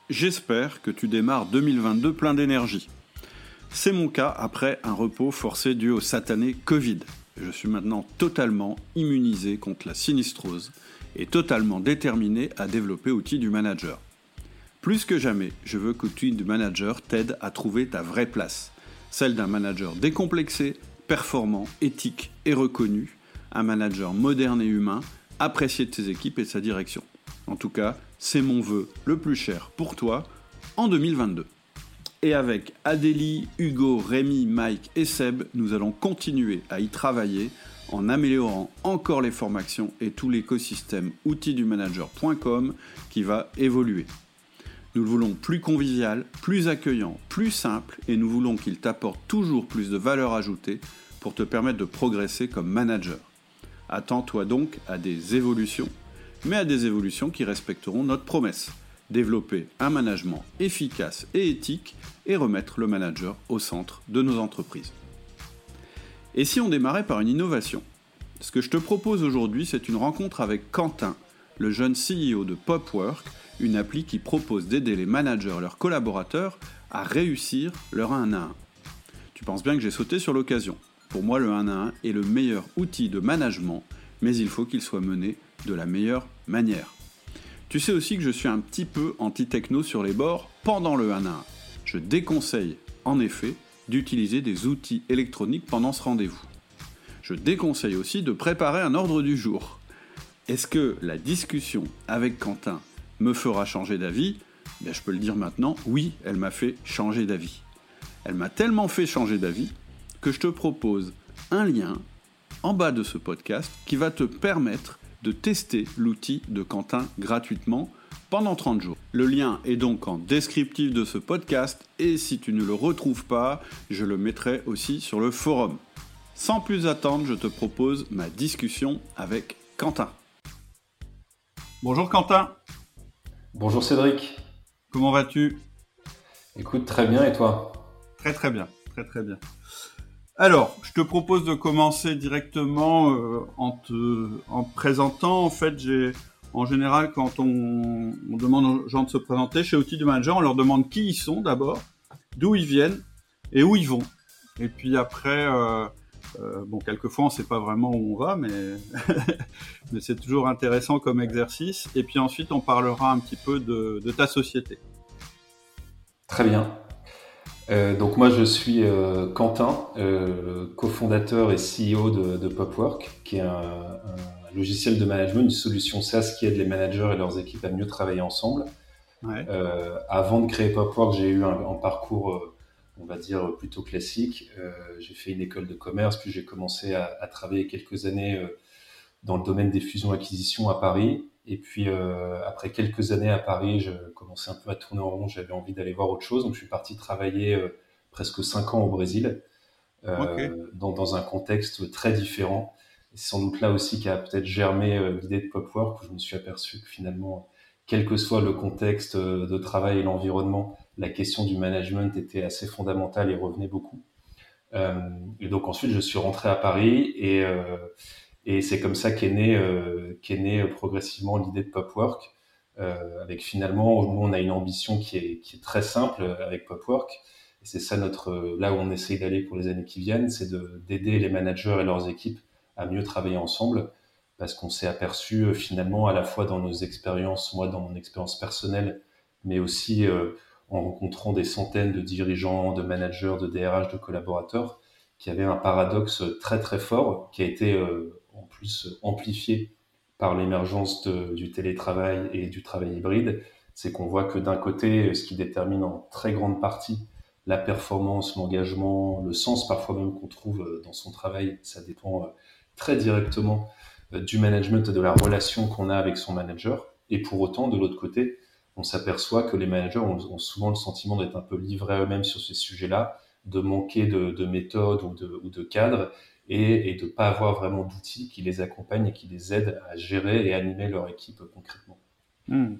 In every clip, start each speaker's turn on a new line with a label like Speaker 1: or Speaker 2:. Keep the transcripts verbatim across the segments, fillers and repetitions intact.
Speaker 1: J'espère que tu démarres deux mille vingt-deux plein d'énergie. C'est mon cas après un repos forcé dû au satané Covid. Je suis maintenant totalement immunisé contre la sinistrose et totalement déterminé à développer Outils du Manager. Plus que jamais, je veux qu'Outils du Manager t'aide à trouver ta vraie place, celle d'un manager décomplexé, performant, éthique et reconnu, un manager moderne et humain, apprécié de tes équipes et de sa direction. En tout cas, c'est mon vœu le plus cher pour toi en deux mille vingt-deux. Et avec Adélie, Hugo, Rémi, Mike et Seb, nous allons continuer à y travailler en améliorant encore les formations et tout l'écosystème outils du manager point com qui va évoluer. Nous le voulons plus convivial, plus accueillant, plus simple et nous voulons qu'il t'apporte toujours plus de valeur ajoutée pour te permettre de progresser comme manager. Attends-toi donc à des évolutions, mais à des évolutions qui respecteront notre promesse. Développer un management efficace et éthique et remettre le manager au centre de nos entreprises. Et si on démarrait par une innovation ? Ce que je te propose aujourd'hui, c'est une rencontre avec Quentin, le jeune C E O de Popwork, une appli qui propose d'aider les managers et leurs collaborateurs à réussir leur un à un. Tu penses bien que j'ai sauté sur l'occasion. Pour moi, le un à un est le meilleur outil de management, mais il faut qu'il soit mené de la meilleure manière. Tu sais aussi que je suis un petit peu anti-techno sur les bords pendant le un à un. Je déconseille, en effet, d'utiliser des outils électroniques pendant ce rendez-vous. Je déconseille aussi de préparer un ordre du jour. Est-ce que la discussion avec Quentin me fera changer d'avis ? Bien, je peux le dire maintenant, oui, elle m'a fait changer d'avis. Elle m'a tellement fait changer d'avis que je te propose un lien en bas de ce podcast qui va te permettre de tester l'outil de Quentin gratuitement pendant trente jours. Le lien est donc en descriptif de ce podcast et si tu ne le retrouves pas, je le mettrai aussi sur le forum. Sans plus attendre, je te propose ma discussion avec Quentin. Bonjour Quentin.
Speaker 2: Bonjour Cédric.
Speaker 1: Comment vas-tu ?
Speaker 2: Écoute, très bien et toi ?
Speaker 1: Très très bien, très très bien. Alors, je te propose de commencer directement euh, en te en te présentant. En fait, j'ai en général quand on, on demande aux gens de se présenter chez Outils du Manager, on leur demande qui ils sont d'abord, d'où ils viennent et où ils vont. Et puis après, euh, euh, bon, quelquefois on ne sait pas vraiment où on va, mais mais c'est toujours intéressant comme exercice. Et puis ensuite, on parlera un petit peu de, de ta société.
Speaker 2: Très bien. Euh, donc moi je suis euh, Quentin, euh, cofondateur et C E O de, de Popwork, qui est un, un logiciel de management, une solution SaaS qui aide les managers et leurs équipes à mieux travailler ensemble.
Speaker 1: Ouais.
Speaker 2: Euh, avant de créer Popwork, j'ai eu un, un parcours, euh, on va dire, plutôt classique. Euh, j'ai fait une école de commerce, puis j'ai commencé à, à travailler quelques années euh, dans le domaine des fusions-acquisitions à Paris. Et puis, euh, après quelques années à Paris, je commençais un peu à tourner en rond, j'avais envie d'aller voir autre chose. Donc, je suis parti travailler euh, presque cinq ans au Brésil, euh,
Speaker 1: Ok.
Speaker 2: dans, dans un contexte très différent. Et c'est sans doute là aussi qu'a peut-être germé euh, l'idée de Popwork, où je me suis aperçu que finalement, quel que soit le contexte de travail et l'environnement, la question du management était assez fondamentale et revenait beaucoup. Euh, et donc ensuite, je suis rentré à Paris et... Euh, Et c'est comme ça qu'est née euh, qu'est née euh, progressivement l'idée de Popwork, euh, avec finalement, nous, on a une ambition qui est, qui est très simple avec Popwork. Et c'est ça notre, là où on essaye d'aller pour les années qui viennent, c'est de, d'aider les managers et leurs équipes à mieux travailler ensemble, parce qu'on s'est aperçu euh, finalement à la fois dans nos expériences, moi dans mon expérience personnelle, mais aussi euh, en rencontrant des centaines de dirigeants, de managers, de D R H, de collaborateurs, qui avait un paradoxe très très fort, qui a été euh, en plus amplifié par l'émergence de, du télétravail et du travail hybride. C'est qu'on voit que d'un côté, ce qui détermine en très grande partie la performance, l'engagement, le sens parfois même qu'on trouve dans son travail, ça dépend très directement du management et de la relation qu'on a avec son manager. Et pour autant, de l'autre côté, on s'aperçoit que les managers ont, ont souvent le sentiment d'être un peu livrés à eux-mêmes sur ces sujets-là, de manquer de, de méthode ou de, ou de cadre et, et de ne pas avoir vraiment d'outils qui les accompagnent et qui les aident à gérer et animer leur équipe concrètement.
Speaker 1: Mmh.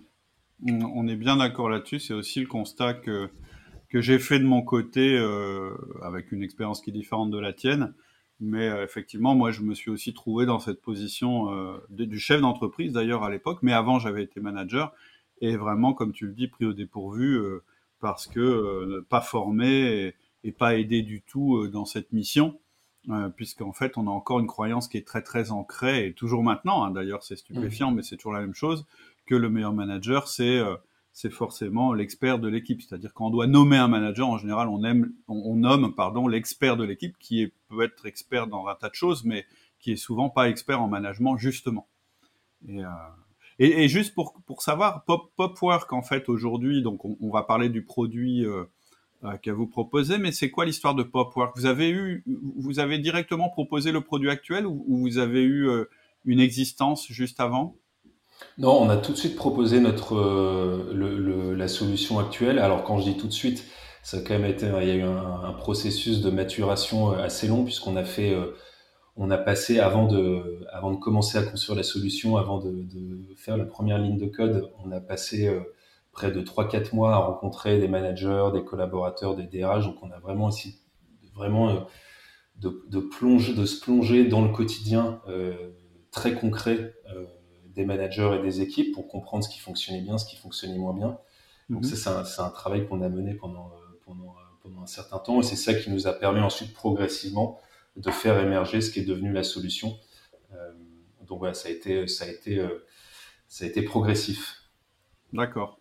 Speaker 1: On est bien d'accord là-dessus. C'est aussi le constat que, que j'ai fait de mon côté, euh, avec une expérience qui est différente de la tienne. Mais euh, effectivement, moi, je me suis aussi trouvé dans cette position euh, de, du chef d'entreprise, d'ailleurs, à l'époque. Mais avant, j'avais été manager. est vraiment, comme tu le dis, pris au dépourvu euh, parce que euh, pas formé et, et pas aidé du tout euh, dans cette mission. Euh, puisqu'en fait, on a encore une croyance qui est très très ancrée, et toujours maintenant, hein, d'ailleurs c'est stupéfiant,
Speaker 2: Mmh.
Speaker 1: mais c'est toujours la même chose, que le meilleur manager, c'est euh, c'est forcément l'expert de l'équipe. C'est-à-dire quand on doit nommer un manager, en général, on, aime, on, on nomme pardon, l'expert de l'équipe, qui est, peut être expert dans un tas de choses, mais qui est souvent pas expert en management, justement. Et, euh, et, et juste pour, pour savoir, Pop, Popwork, en fait, aujourd'hui, donc on, on va parler du produit euh, euh, que vous proposez, mais c'est quoi l'histoire de Popwork? Vous avez eu, vous avez directement proposé le produit actuel, ou, ou vous avez eu euh, une existence juste avant?
Speaker 2: Non, on a tout de suite proposé notre euh, le, le- la solution actuelle. Alors quand je dis tout de suite, ça a quand même été, il y a eu un, un processus de maturation euh, assez long puisqu'on a fait, euh, on a passé avant de, avant de commencer à construire la solution, avant de, de faire la première ligne de code, on a passé euh, près de trois quatre mois à rencontrer des managers, des collaborateurs, des D R H. Donc on a vraiment essayé de- vraiment euh, de, de plonger, de se plonger dans le quotidien euh, très concret euh, des managers et des équipes pour comprendre ce qui fonctionnait bien, ce qui fonctionnait moins bien. Donc ça,
Speaker 1: Mhm.
Speaker 2: c'est un, c'est un travail qu'on a mené pendant, euh, pendant, euh, pendant un certain temps et c'est ça qui nous a permis ensuite progressivement de faire émerger ce qui est devenu la solution. Euh, donc voilà, ça a été, ça a été, euh, ça a été progressif.
Speaker 1: D'accord.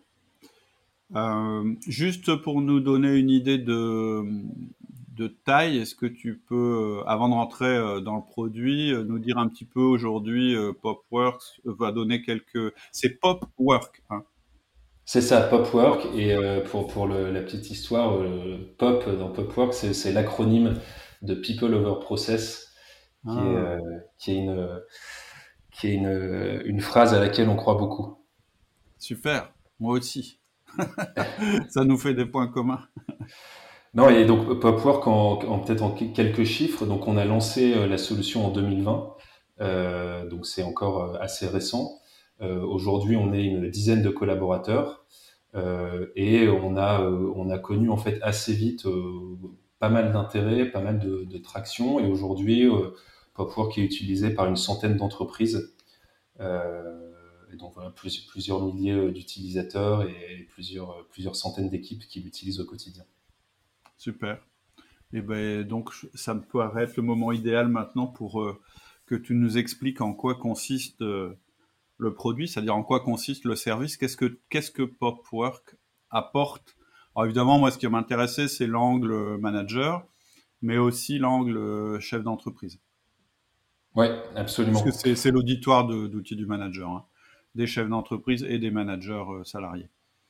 Speaker 1: Euh, juste pour nous donner une idée de, de taille, est-ce que tu peux, euh, avant de rentrer euh, dans le produit, euh, nous dire un petit peu aujourd'hui, euh, Popworks va donner quelques... C'est Popwork, hein.
Speaker 2: C'est ça, Popwork. Et euh, pour, pour le, la petite histoire, euh, Pop dans Popwork, c'est, c'est l'acronyme de People Over Process, qui est,
Speaker 1: Ah,
Speaker 2: euh, qui est, une, qui est une, une phrase à laquelle on croit beaucoup.
Speaker 1: super, moi aussi. Ça nous fait des points communs.
Speaker 2: Non, et donc Popwork, en, en peut-être en quelques chiffres, donc on a lancé euh, la solution en deux mille vingt, euh, donc c'est encore euh, assez récent. Euh, aujourd'hui, on est une dizaine de collaborateurs euh, et on a, euh, on a connu en fait assez vite euh, pas mal d'intérêt, pas mal de, de traction et aujourd'hui, euh, Popwork est utilisé par une centaine d'entreprises. Euh, et donc voilà, plus- plusieurs milliers euh, d'utilisateurs et plusieurs, plusieurs centaines d'équipes qui l'utilisent au quotidien.
Speaker 1: Super. Et ben donc je- ça me paraît être le moment idéal maintenant pour euh, que tu nous expliques en quoi consiste euh, le produit, c'est-à-dire en quoi consiste le service. Qu'est-ce que qu'est-ce que Popwork apporte? Alors évidemment, moi, ce qui m'intéressait, c'est l'angle manager, mais aussi l'angle euh, chef d'entreprise,
Speaker 2: Ouais,
Speaker 1: puisque
Speaker 2: absolument.
Speaker 1: c'est c'est l'auditoire de- d'outils du manager, hein, des chefs d'entreprise et des managers euh, salariés.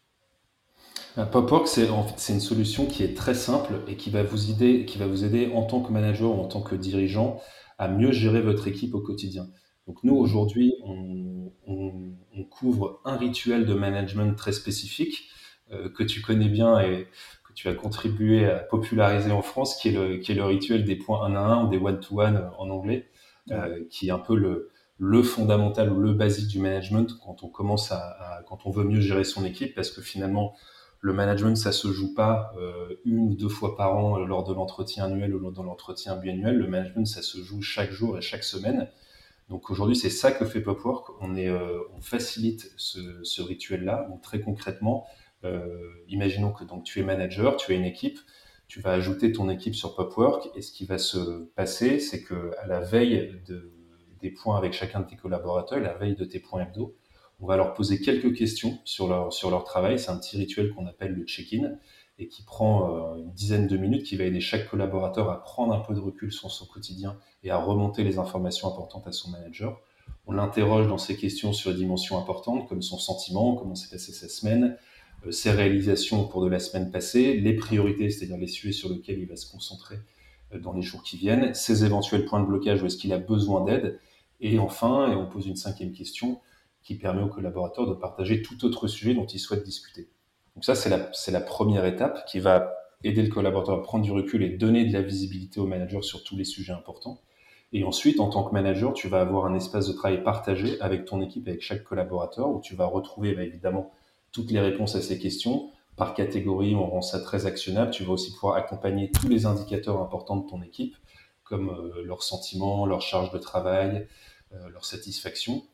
Speaker 2: Euh, Popwork, c'est en fait, c'est une solution qui est très simple et qui va vous aider, qui va vous aider en tant que manager ou en tant que dirigeant à mieux gérer votre équipe au quotidien. Donc nous,
Speaker 1: Mhm.
Speaker 2: aujourd'hui, on, on- on couvre un rituel de management très spécifique euh, que tu connais bien et que tu as contribué à populariser en France, qui est le, qui est le rituel des points un à un ou des one-to-one en anglais,
Speaker 1: Ouais.
Speaker 2: euh, qui est un peu le, le fondamental ou le basique du management quand on commence à, à- quand on veut mieux gérer son équipe, parce que finalement, le management, ça se joue pas euh, une ou deux fois par an euh, lors de l'entretien annuel ou lors de l'entretien biannuel. Le management, ça se joue chaque jour et chaque semaine. Donc aujourd'hui, c'est ça que fait Popwork. On, est, euh, on facilite ce, ce rituel-là. Donc très concrètement, euh, imaginons que donc tu es manager, tu as une équipe, tu vas ajouter ton équipe sur Popwork et ce qui va se passer, c'est que à la veille de, des points avec chacun de tes collaborateurs, à la veille de tes points hebdo, on va leur poser quelques questions sur leur, sur leur travail. C'est un petit rituel qu'on appelle le check-in et qui prend euh, une dizaine de minutes, qui va aider chaque collaborateur à prendre un peu de recul sur son quotidien et à remonter les informations importantes à son manager. On l'interroge dans ces questions sur les dimensions importantes, comme son sentiment, comment s'est passée sa semaine, euh, ses réalisations au cours de la semaine passée, les priorités, c'est-à-dire les sujets sur lesquels il va se concentrer euh, dans les jours qui viennent, ses éventuels points de blocage où est-ce qu'il a besoin d'aide. Et enfin, et on pose une cinquième question qui permet aux collaborateurs de partager tout autre sujet dont ils souhaitent discuter. Donc ça, c'est la, c'est la première étape qui va aider le collaborateur à prendre du recul et donner de la visibilité au manager sur tous les sujets importants. Et ensuite, en tant que manager, tu vas avoir un espace de travail partagé avec ton équipe, avec chaque collaborateur, où tu vas retrouver bah, évidemment toutes les réponses à ces questions. Par catégorie, on rend ça très actionnable. Tu vas aussi pouvoir accompagner tous les indicateurs importants de ton équipe, comme euh, leurs sentiments, leur charge de travail, euh, leur satisfaction.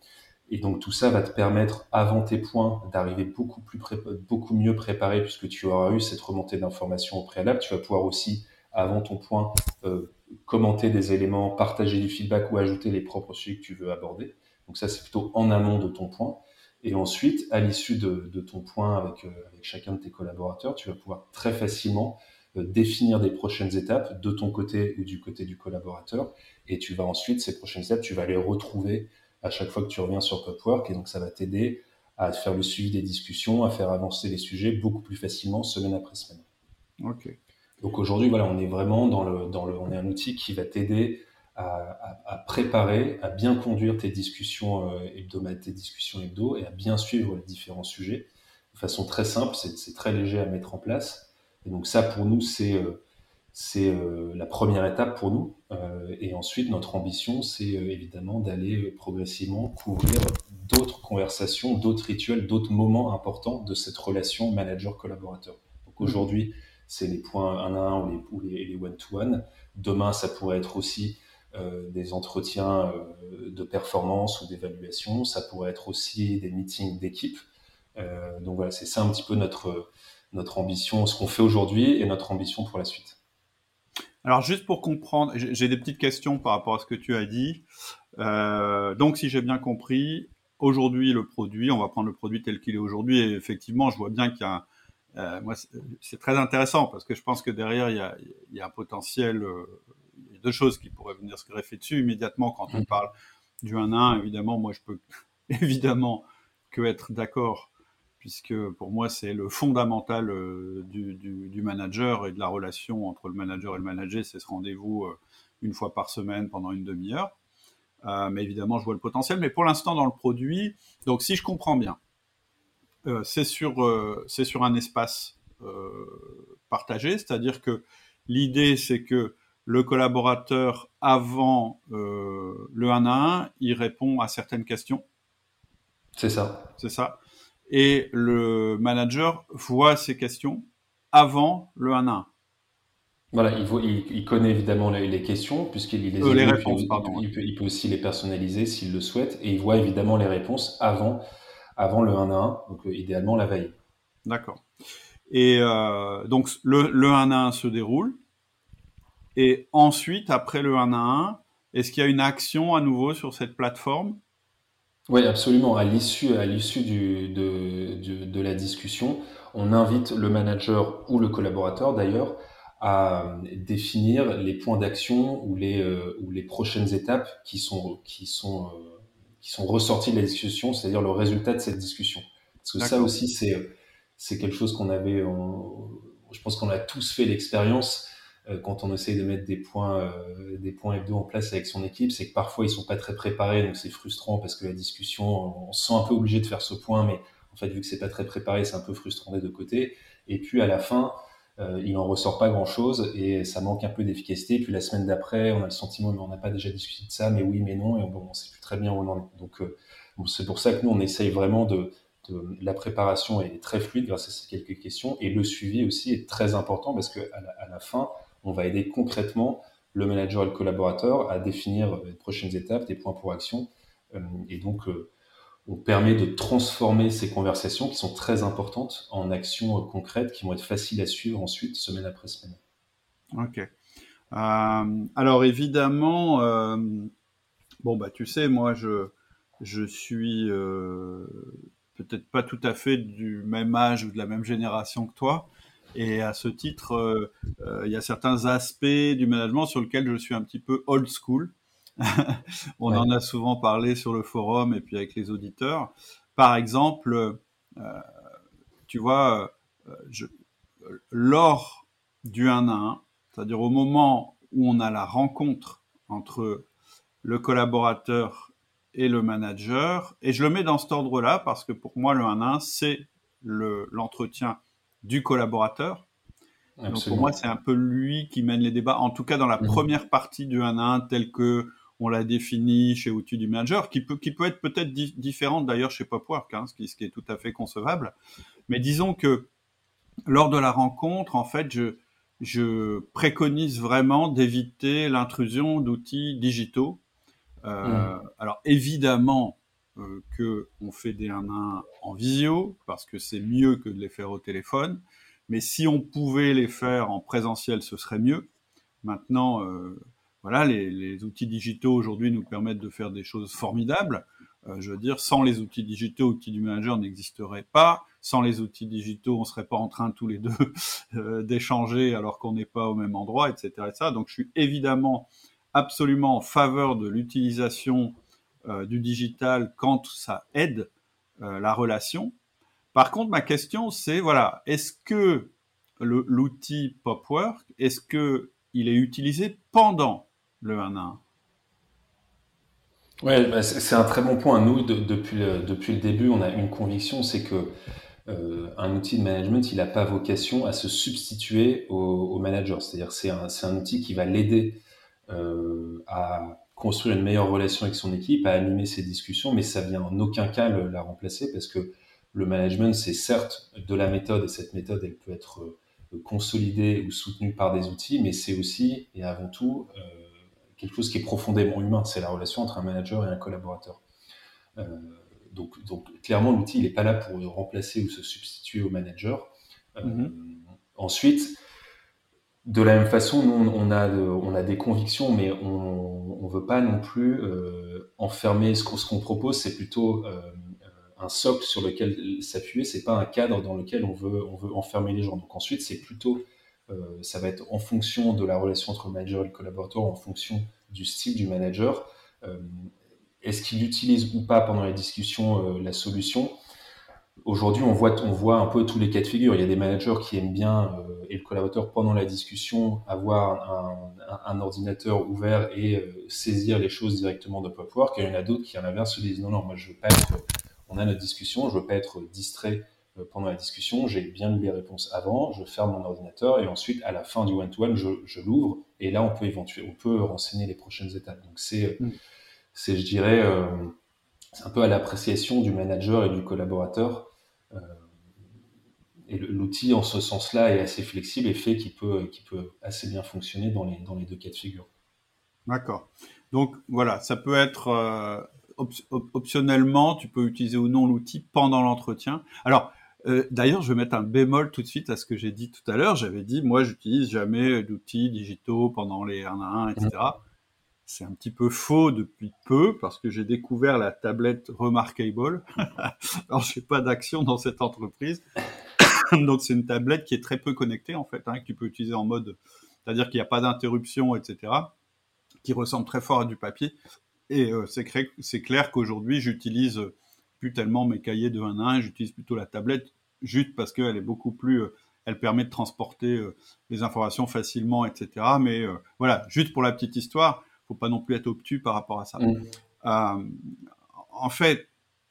Speaker 2: Et donc tout ça va te permettre, avant tes points, d'arriver beaucoup plus pré- beaucoup mieux préparé, puisque tu auras eu cette remontée d'informations au préalable. Tu vas pouvoir aussi, avant ton point, euh, commenter des éléments, partager du feedback ou ajouter les propres sujets que tu veux aborder. Donc ça, c'est plutôt en amont de ton point. Et ensuite, à l'issue de, de ton point avec, euh, avec chacun de tes collaborateurs, tu vas pouvoir très facilement euh, définir des prochaines étapes de ton côté ou du côté du collaborateur. Et tu vas ensuite, ces prochaines étapes, tu vas les retrouver à chaque fois que tu reviens sur Popwork. Et donc, ça va t'aider à faire le suivi des discussions, à faire avancer les sujets beaucoup plus facilement semaine après semaine.
Speaker 1: Ok.
Speaker 2: Donc aujourd'hui, voilà, on est vraiment dans le, dans le, on est un outil qui va t'aider à, à, à préparer, à bien conduire tes discussions euh, hebdomadaires, tes discussions hebdo, et à bien suivre les différents sujets de façon très simple. C'est, c'est très léger à mettre en place. Et donc ça, pour nous, c'est euh, c'est euh, la première étape pour nous. Euh, et ensuite, notre ambition, c'est euh, évidemment d'aller progressivement couvrir d'autres conversations, d'autres rituels, d'autres moments importants de cette relation manager-collaborateur. Donc aujourd'hui, c'est les points un à un ou les, ou les, les one-to-one. Demain, ça pourrait être aussi euh, des entretiens euh, de performance ou d'évaluation. Ça pourrait être aussi des meetings d'équipe. Euh, donc voilà, c'est ça un petit peu notre, notre ambition, ce qu'on fait aujourd'hui et notre ambition pour la suite.
Speaker 1: Alors, juste pour comprendre, j'ai j'ai des petites questions par rapport à ce que tu as dit. Euh, donc, si j'ai bien compris, aujourd'hui, le produit, on va prendre le produit tel qu'il est aujourd'hui, et effectivement, je vois bien qu'il y a un, euh, moi, c'est c'est très intéressant parce que je pense que derrière, il y a, il y a un potentiel, euh, il y a deux choses qui pourraient venir se greffer dessus immédiatement quand on parle du un à un. Évidemment, moi, je peux évidemment que être d'accord, puisque pour moi, c'est le fondamental euh, du, du, du manager et de la relation entre le manager et le manager, c'est ce rendez-vous euh, une fois par semaine pendant une demi-heure. Euh, mais évidemment, je vois le potentiel. Mais pour l'instant, dans le produit, donc si je comprends bien, euh, c'est sur, euh, c'est sur un espace euh, partagé, c'est-à-dire que l'idée, c'est que le collaborateur, avant euh, le un à un, il répond à certaines questions.
Speaker 2: C'est ça.
Speaker 1: C'est ça. Et le manager voit ces questions avant le un à un.
Speaker 2: Voilà, il, voit, il, il connaît évidemment les, les questions puisqu'il les
Speaker 1: Euh, les
Speaker 2: évalue, puis
Speaker 1: réponses,
Speaker 2: il, peut,
Speaker 1: pardon.
Speaker 2: il, peut, il peut aussi les personnaliser s'il le souhaite, et il voit évidemment les réponses avant, avant le un à un, donc euh, idéalement la veille.
Speaker 1: D'accord. Et euh, donc le, le un à un se déroule. Et ensuite, après le un à un, est-ce qu'il y a une action à nouveau sur cette plateforme?
Speaker 2: Oui, absolument. À l'issue, à l'issue du, de, de, de la discussion, on invite le manager ou le collaborateur d'ailleurs à définir les points d'action ou les, euh, ou les prochaines étapes qui sont, qui sont, euh, qui sont ressorties de la discussion, c'est-à-dire le résultat de cette discussion. Parce que ça
Speaker 1: D'accord.
Speaker 2: aussi, c'est, c'est quelque chose qu'on avait, on- je pense qu'on a tous fait l'expérience euh, quand on essaye de mettre des points, euh, des points hebdo en place avec son équipe, c'est que parfois ils sont pas très préparés, donc c'est frustrant parce que la discussion, on se sent un peu obligé de faire ce point, mais en fait vu que c'est pas très préparé, c'est un peu frustrant des deux côtés. Et puis à la fin, euh, il en ressort pas grand chose et ça manque un peu d'efficacité. Puis la semaine d'après, on a le sentiment mais on n'a pas déjà discuté de ça, mais oui, mais non, et bon, on sait plus très bien où on en est. Donc euh, bon, c'est pour ça que nous on essaye vraiment de, de la préparation est très fluide grâce à ces quelques questions et le suivi aussi est très important parce que à la, à la fin on va aider concrètement le manager et le collaborateur à définir les prochaines étapes, des points pour action. Et donc, on permet de transformer ces conversations qui sont très importantes en actions concrètes qui vont être faciles à suivre ensuite, semaine après semaine.
Speaker 1: Ok. Euh, alors évidemment, euh, bon bah tu sais, moi je je suis euh, peut-être pas tout à fait du même âge ou de la même génération que toi, et à ce titre, euh, euh, il y a certains aspects du management sur lesquels je suis un petit peu old school. On
Speaker 2: Ouais.
Speaker 1: en a souvent parlé sur le forum et puis avec les auditeurs. Par exemple, euh, tu vois, euh, je, lors du un à un, c'est-à-dire au moment où on a la rencontre entre le collaborateur et le manager, et je le mets dans cet ordre-là parce que pour moi, le un à un, c'est le, l'entretien du collaborateur. Donc pour moi,
Speaker 2: Absolument.
Speaker 1: c'est un peu lui qui mène les débats, en tout cas dans la
Speaker 2: Mmh.
Speaker 1: première partie du un à un tel que on l'a défini chez Outil du Manager, qui peut, qui peut être peut-être di- différente d'ailleurs chez Popwork, hein, ce, qui, ce qui est tout à fait concevable. Mais disons que lors de la rencontre, en fait, je, je préconise vraiment d'éviter l'intrusion d'outils digitaux. Euh,
Speaker 2: Mmh.
Speaker 1: alors évidemment, euh, qu'on fait des un à un en visio, parce que c'est mieux que de les faire au téléphone. Mais si on pouvait les faire en présentiel, ce serait mieux. Maintenant, euh, voilà, les, les outils digitaux aujourd'hui nous permettent de faire des choses formidables. Euh, je veux dire, sans les outils digitaux, l'outil du manager n'existerait pas. Sans les outils digitaux, on serait pas en train tous les deux euh, d'échanger alors qu'on n'est pas au même endroit, et cetera, et cetera. Donc, je suis évidemment absolument en faveur de l'utilisation euh, du digital quand ça aide euh, la relation. Par contre, ma question, c'est, voilà, est-ce que le, l'outil Popwork, est-ce que il est utilisé pendant le un à un?
Speaker 2: Ouais, bah, c'est c'est un très bon point. Nous, de- depuis le, depuis le début, on a une conviction, c'est que euh, un outil de management, il n'a pas vocation à se substituer au, au manager. C'est-à-dire, c'est un, c'est un outil qui va l'aider euh, à construire une meilleure relation avec son équipe, à animer ses discussions, mais ça vient en aucun cas le- la remplacer parce que le management, c'est certes de la méthode et cette méthode, elle peut être euh, consolidée ou soutenue par des outils, mais c'est aussi et avant tout euh, quelque chose qui est profondément humain. C'est la relation entre un manager et un collaborateur. Euh, donc, donc, clairement, l'outil, il n'est pas là pour remplacer ou se substituer au manager. Euh,
Speaker 1: Mhm.
Speaker 2: ensuite, de la même façon, nous, on a, de- on a des convictions, mais on ne veut pas non plus euh, enfermer. Ce qu'on, ce qu'on propose, c'est plutôt euh, un socle sur lequel s'appuyer. C'est pas un cadre dans lequel on veut, on veut enfermer les gens. Donc ensuite, c'est plutôt, euh, ça va être en fonction de la relation entre le manager et le collaborateur, en fonction du style du manager. Euh, est-ce qu'il utilise ou pas pendant les discussions euh, la solution? Aujourd'hui, on voit, on voit un peu tous les cas de figure. Il y a des managers qui aiment bien, euh, et le collaborateur, pendant la discussion, avoir un, un, un ordinateur ouvert et euh, saisir les choses directement de Popwork. Et il y en a d'autres qui, à l'inverse, se disent non, non, moi, je veux pas être, on a notre discussion, je veux pas être distrait euh, pendant la discussion. J'ai bien lu les réponses avant, je ferme mon ordinateur et ensuite, à la fin du one-to-one, je, je l'ouvre. Et là, on peut éventuellement, on peut renseigner les prochaines étapes. Donc, c'est,
Speaker 1: Mhm.
Speaker 2: c'est, je dirais, euh, c'est un peu à l'appréciation du manager et du collaborateur. Euh, et l'outil, en ce sens-là, est assez flexible et fait qu'il peut, qu'il peut assez bien fonctionner dans les, dans les deux cas de figure.
Speaker 1: D'accord. Donc voilà, ça peut être euh, op- op- optionnellement, tu peux utiliser ou non l'outil pendant l'entretien. Alors, euh, d'ailleurs, je vais mettre un bémol tout de suite à ce que j'ai dit tout à l'heure. J'avais dit, moi, j'utilise jamais d'outils digitaux pendant les un à un,
Speaker 2: Mmh.
Speaker 1: et cetera. C'est un petit peu faux depuis peu parce que j'ai découvert la tablette Remarkable. Alors, j'ai pas d'action dans cette entreprise. Donc, c'est une tablette qui est très peu connectée, en fait, hein, que tu peux utiliser en mode, c'est-à-dire qu'il n'y a pas d'interruption, et cetera, qui ressemble très fort à du papier. Et euh, c'est, cré- c'est clair qu'aujourd'hui, j'utilise plus tellement mes cahiers de un à un, j'utilise plutôt la tablette, juste parce qu'elle est beaucoup plus... euh, elle permet de transporter euh, les informations facilement, et cetera. Mais euh, voilà, juste pour la petite histoire, faut pas non plus être obtus par rapport à ça.
Speaker 2: Mmh.
Speaker 1: Euh, en fait,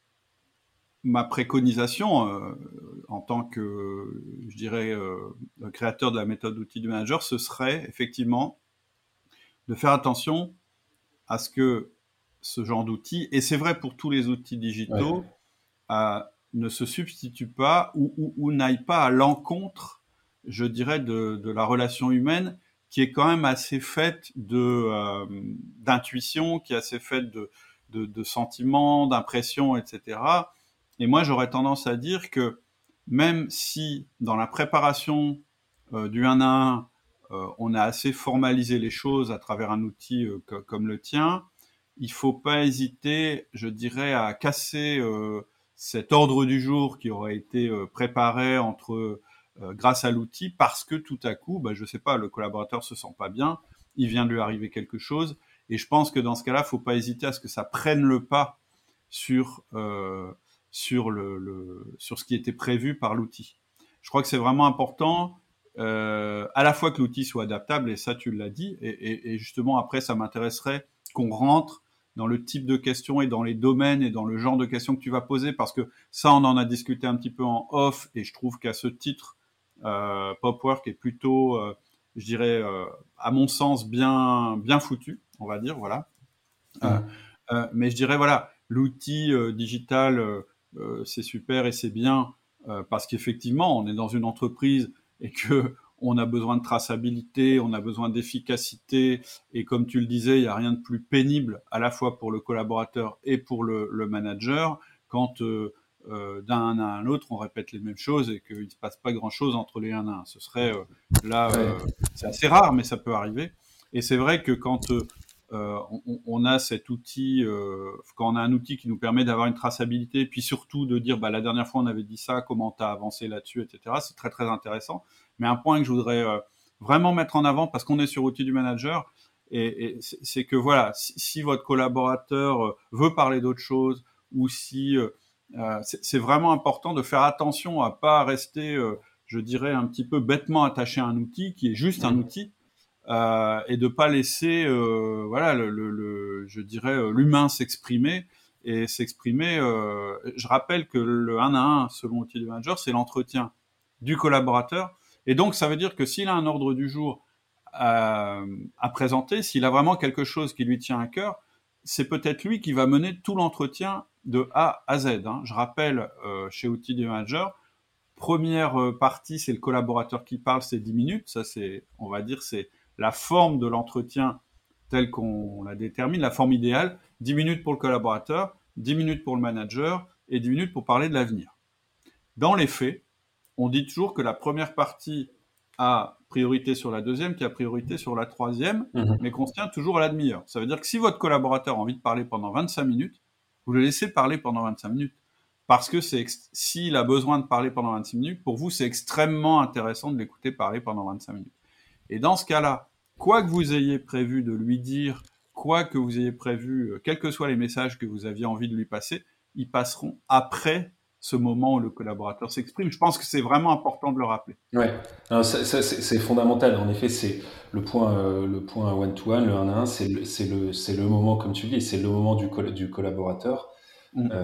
Speaker 1: ma préconisation euh, en tant que, je dirais, euh, créateur de la méthode d'outil du manager, ce serait effectivement de faire attention à ce que ce genre d'outils, et c'est vrai pour tous les outils
Speaker 2: Ouais.
Speaker 1: digitaux, euh, ne se substitue pas ou, ou, ou n'aille pas à l'encontre, je dirais, de, de la relation humaine qui est quand même assez faite de euh, d'intuition, qui est assez faite de, de, de sentiments, d'impressions, et cetera. Et moi, j'aurais tendance à dire que même si dans la préparation euh, du un à un, euh, on a assez formalisé les choses à travers un outil euh, co- comme le tien, il faut pas hésiter, je dirais, à casser euh, cet ordre du jour qui aurait été euh, préparé entre euh, grâce à l'outil parce que tout à coup, bah, je sais pas, le collaborateur se sent pas bien, il vient de lui arriver quelque chose, et je pense que dans ce cas-là, faut pas hésiter à ce que ça prenne le pas sur euh, sur le, le sur ce qui était prévu par l'outil. Je crois que c'est vraiment important. Euh, à la fois que l'outil soit adaptable, et ça tu l'as dit, et, et, et justement après ça m'intéresserait qu'on rentre dans le type de questions et dans les domaines et dans le genre de questions que tu vas poser, parce que ça, on en a discuté un petit peu en off, et je trouve qu'à ce titre, euh, Popwork est plutôt, euh, je dirais, euh, à mon sens, bien, bien foutu, on va dire, voilà. Euh,
Speaker 2: Mmh.
Speaker 1: euh, mais je dirais, voilà, l'outil euh, digital, euh, euh, c'est super et c'est bien, euh, parce qu'effectivement, on est dans une entreprise et que on a besoin de traçabilité, on a besoin d'efficacité, et comme tu le disais, il n'y a rien de plus pénible à la fois pour le collaborateur et pour le, le manager quand euh, euh, d'un un à un autre, on répète les mêmes choses et qu'il ne se passe pas grand-chose entre les un à un. Ce serait euh, là, euh, c'est assez rare, mais ça peut arriver. Et c'est vrai que quand euh, on, on a cet outil, euh, quand on a un outil qui nous permet d'avoir une traçabilité, puis surtout de dire, bah, la dernière fois on avait dit ça, comment tu as avancé là-dessus, et cetera. C'est très très intéressant. Mais un point que je voudrais euh, vraiment mettre en avant, parce qu'on est sur outil du manager, et, et c'est, c'est que voilà, si, si votre collaborateur euh, veut parler d'autre chose, ou si euh, euh, c'est, c'est vraiment important de faire attention à pas rester, euh, je dirais, un petit peu bêtement attaché à un outil qui est juste un outil, euh, et de pas laisser, euh, voilà, le, le, le, je dirais, euh, l'humain s'exprimer et s'exprimer. Euh, je rappelle que le un à un, selon outil du manager, c'est l'entretien du collaborateur. Et donc, ça veut dire que s'il a un ordre du jour à, à présenter, s'il a vraiment quelque chose qui lui tient à cœur, c'est peut-être lui qui va mener tout l'entretien de A à Z. Hein. Je rappelle, euh, chez Outils du Manager, première partie, c'est le collaborateur qui parle, c'est dix minutes. Ça, c'est, on va dire, c'est la forme de l'entretien telle qu'on la détermine, la forme idéale. dix minutes pour le collaborateur, dix minutes pour le manager et dix minutes pour parler de l'avenir. Dans les faits, on dit toujours que la première partie a priorité sur la deuxième, qui a priorité sur la troisième, mmh. mais qu'on se tient toujours à la demi-heure. Ça veut dire que si votre collaborateur a envie de parler pendant vingt-cinq minutes, vous le laissez parler pendant vingt-cinq minutes. Parce que c'est ex- s'il a besoin de parler pendant vingt-six minutes, pour vous, c'est extrêmement intéressant de l'écouter parler pendant vingt-cinq minutes. Et dans ce cas-là, quoi que vous ayez prévu de lui dire, quoi que vous ayez prévu, quels que soient les messages que vous aviez envie de lui passer, ils passeront après ce moment où le collaborateur s'exprime. Je pense que c'est vraiment important de le rappeler.
Speaker 2: Ouais, alors ça, ça, c'est, c'est fondamental. En effet, c'est le point, euh, le point one-to-one, le un à un, c'est le, c'est le, c'est le moment, comme tu le dis, c'est le moment du, col- du collaborateur. Mmh. Euh,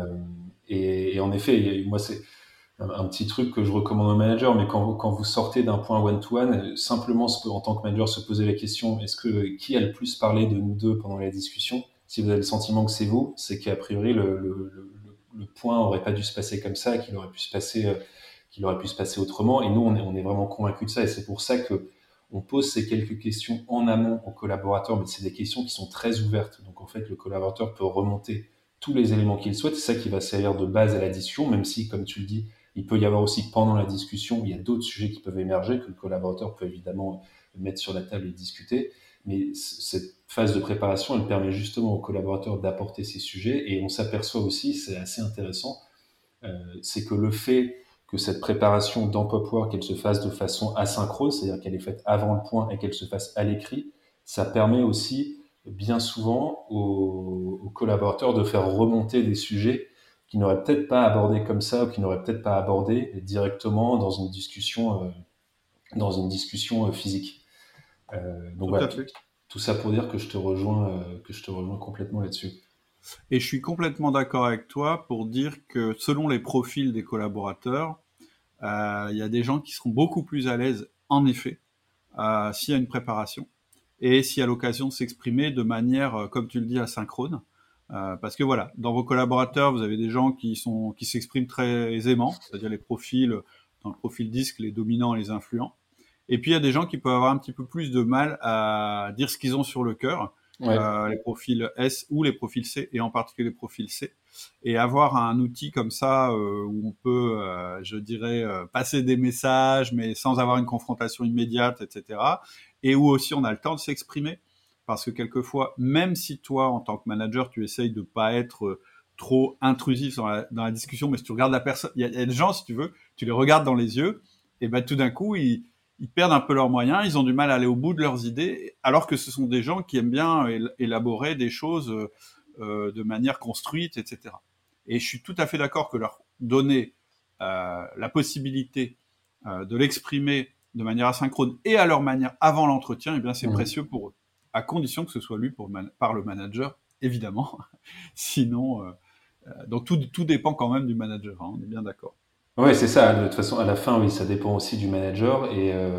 Speaker 2: et, et en effet, moi, c'est un, un petit truc que je recommande aux managers, mais quand, quand vous sortez d'un point one-to-one, simplement en tant que manager se poser la question, est-ce que qui a le plus parlé de nous deux pendant la discussion? Si vous avez le sentiment que c'est vous, c'est qu'a priori le, le, le, le point aurait pas dû se passer comme ça, qu'il aurait pu se passer, euh, qu'il aurait pu se passer autrement. Et nous, on est, on est vraiment convaincus de ça, et c'est pour ça que on pose ces quelques questions en amont aux collaborateurs, mais c'est des questions qui sont très ouvertes. Donc en fait, le collaborateur peut remonter tous les éléments qu'il souhaite. C'est ça qui va servir de base à la discussion, même si, comme tu le dis, il peut y avoir aussi pendant la discussion, il y a d'autres sujets qui peuvent émerger, que le collaborateur peut évidemment mettre sur la table et discuter. Mais cette phase de préparation, elle permet justement aux collaborateurs d'apporter ces sujets. Et on s'aperçoit aussi, c'est assez intéressant, euh, c'est que le fait que cette préparation dans Popwork, qu'elle se fasse de façon asynchrone, c'est-à-dire qu'elle est faite avant le point et qu'elle se fasse à l'écrit, ça permet aussi bien souvent aux, aux collaborateurs de faire remonter des sujets qu'ils n'auraient peut-être pas abordés comme ça, ou qu'ils n'auraient peut-être pas abordés directement dans une discussion, euh, dans une discussion euh, physique. Euh, donc voilà, tout, tout ça pour dire que je te rejoins, euh, que je te rejoins complètement là-dessus.
Speaker 1: Et je suis complètement d'accord avec toi pour dire que selon les profils des collaborateurs, euh, il y a des gens qui seront beaucoup plus à l'aise, en effet, euh, s'il y a une préparation et s'il y a l'occasion de s'exprimer de manière, comme tu le dis, asynchrone. Euh, parce que voilà, dans vos collaborateurs, vous avez des gens qui sont qui s'expriment très aisément, c'est-à-dire les profils, dans le profil disque, les dominants et les influents. Et puis il y a des gens qui peuvent avoir un petit peu plus de mal à dire ce qu'ils ont sur le cœur, ouais. euh, les profils S ou les profils C, et en particulier les profils C. Et avoir un outil comme ça euh, où on peut, euh, je dirais, euh, passer des messages, mais sans avoir une confrontation immédiate, et cetera. Et où aussi on a le temps de s'exprimer. Parce que quelquefois, même si toi, en tant que manager, tu essayes de pas être euh, trop intrusif dans la, dans la discussion, mais si tu regardes la personne, il y, y a des gens, si tu veux, tu les regardes dans les yeux, et ben tout d'un coup, ils, ils perdent un peu leurs moyens, ils ont du mal à aller au bout de leurs idées, alors que ce sont des gens qui aiment bien él- élaborer des choses euh, de manière construite, et cetera. Et je suis tout à fait d'accord que leur donner euh, la possibilité euh, de l'exprimer de manière asynchrone et à leur manière avant l'entretien, eh bien c'est mmh. précieux pour eux. À condition que ce soit lu pour, par le manager, évidemment. Sinon, euh, euh, donc tout, tout dépend quand même du manager, hein, on est bien d'accord.
Speaker 2: Oui, c'est ça. De toute façon, à la fin, oui, ça dépend aussi du manager. Et, euh,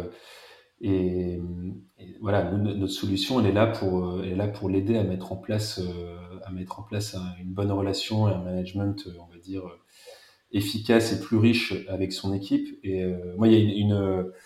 Speaker 2: et, et voilà, nous, notre solution, elle est là pour, elle est là pour l'aider à mettre en place, euh, à mettre en place un, une bonne relation et un management, on va dire, efficace et plus riche avec son équipe. Et euh, moi, il y a une, une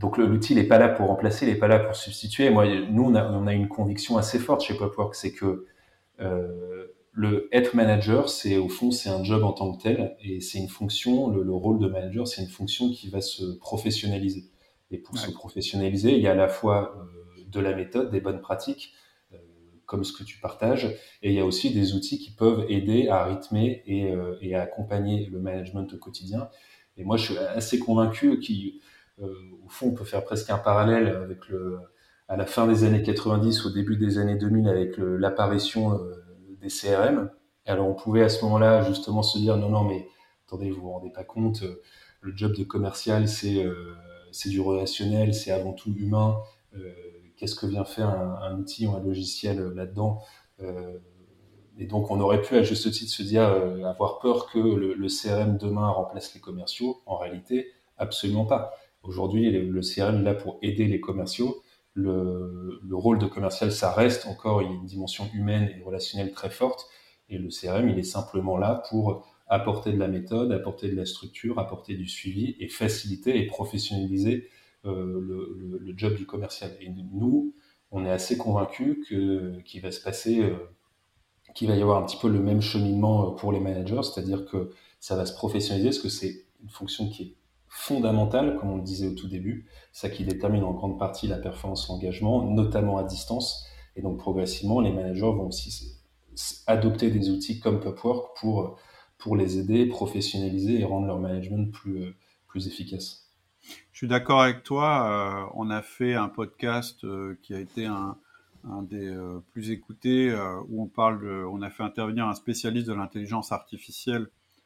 Speaker 2: Donc le, l'outil n'est pas là pour remplacer, il n'est pas là pour substituer. Moi, nous, on a, on a une conviction assez forte chez Popwork, c'est que euh, le être manager, c'est au fond, c'est un job en tant que tel, et c'est une fonction. Le, le rôle de manager, c'est une fonction qui va se professionnaliser. Et pour
Speaker 1: Ouais.
Speaker 2: se professionnaliser, il y a à la fois euh, de la méthode, des bonnes pratiques, euh, comme ce que tu partages, et il y a aussi des outils qui peuvent aider à rythmer et, euh, et à accompagner le management au quotidien. Et moi, je suis assez convaincu qu'il euh, au fond, on peut faire presque un parallèle avec le, à la fin des années quatre-vingt-dix, au début des années deux mille, avec le, l'apparition euh, des C R M. Alors, on pouvait à ce moment-là justement se dire non, non, mais attendez, vous vous rendez pas compte, euh, le job de commercial, c'est euh, c'est du relationnel, c'est avant tout humain. Euh, qu'est-ce que vient faire un, un outil ou un logiciel euh, là-dedans? euh, Et donc, on aurait pu à juste titre se dire, euh, avoir peur que le, le C R M demain remplace les commerciaux. En réalité, absolument pas. Aujourd'hui, le, le C R M est là pour aider les commerciaux. Le, le rôle de commercial, ça reste encore, il y a une dimension humaine et relationnelle très forte. Et le C R M, il est simplement là pour apporter de la méthode, apporter de la structure, apporter du suivi et faciliter et professionnaliser euh, le, le, le job du commercial. Et nous, on est assez convaincus que qu'il va se passer euh, qu'il va y avoir un petit peu le même cheminement pour les managers, c'est-à-dire que ça va se professionnaliser, parce que c'est une fonction qui est fondamentale, comme on le disait au tout début, ça qui détermine en grande partie la performance et l'engagement, notamment à distance. Et donc progressivement, les managers vont aussi adopter des outils comme Popwork pour, pour les aider, professionnaliser et rendre leur management plus, plus efficace.
Speaker 1: Je suis d'accord avec toi. Euh, on a fait un podcast euh, qui a été un, un des euh, plus écoutés, euh, où on parle de, on a fait intervenir un spécialiste de l'intelligence artificielle.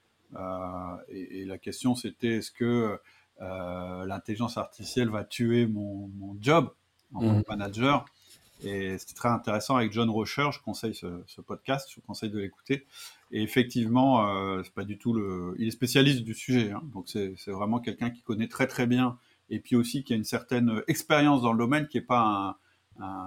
Speaker 1: Euh, et, et la question c'était, est-ce que euh, l'intelligence artificielle va tuer mon, mon job en tant
Speaker 2: Mmh.
Speaker 1: que manager? Et c'était très intéressant avec John Rocher. Je conseille ce, ce podcast, je vous conseille de l'écouter. Et effectivement, euh, c'est pas du tout le. Il est spécialiste du sujet, hein, donc c'est, c'est vraiment quelqu'un qui connaît très très bien, et puis aussi qui a une certaine expérience dans le domaine, qui est pas un, un,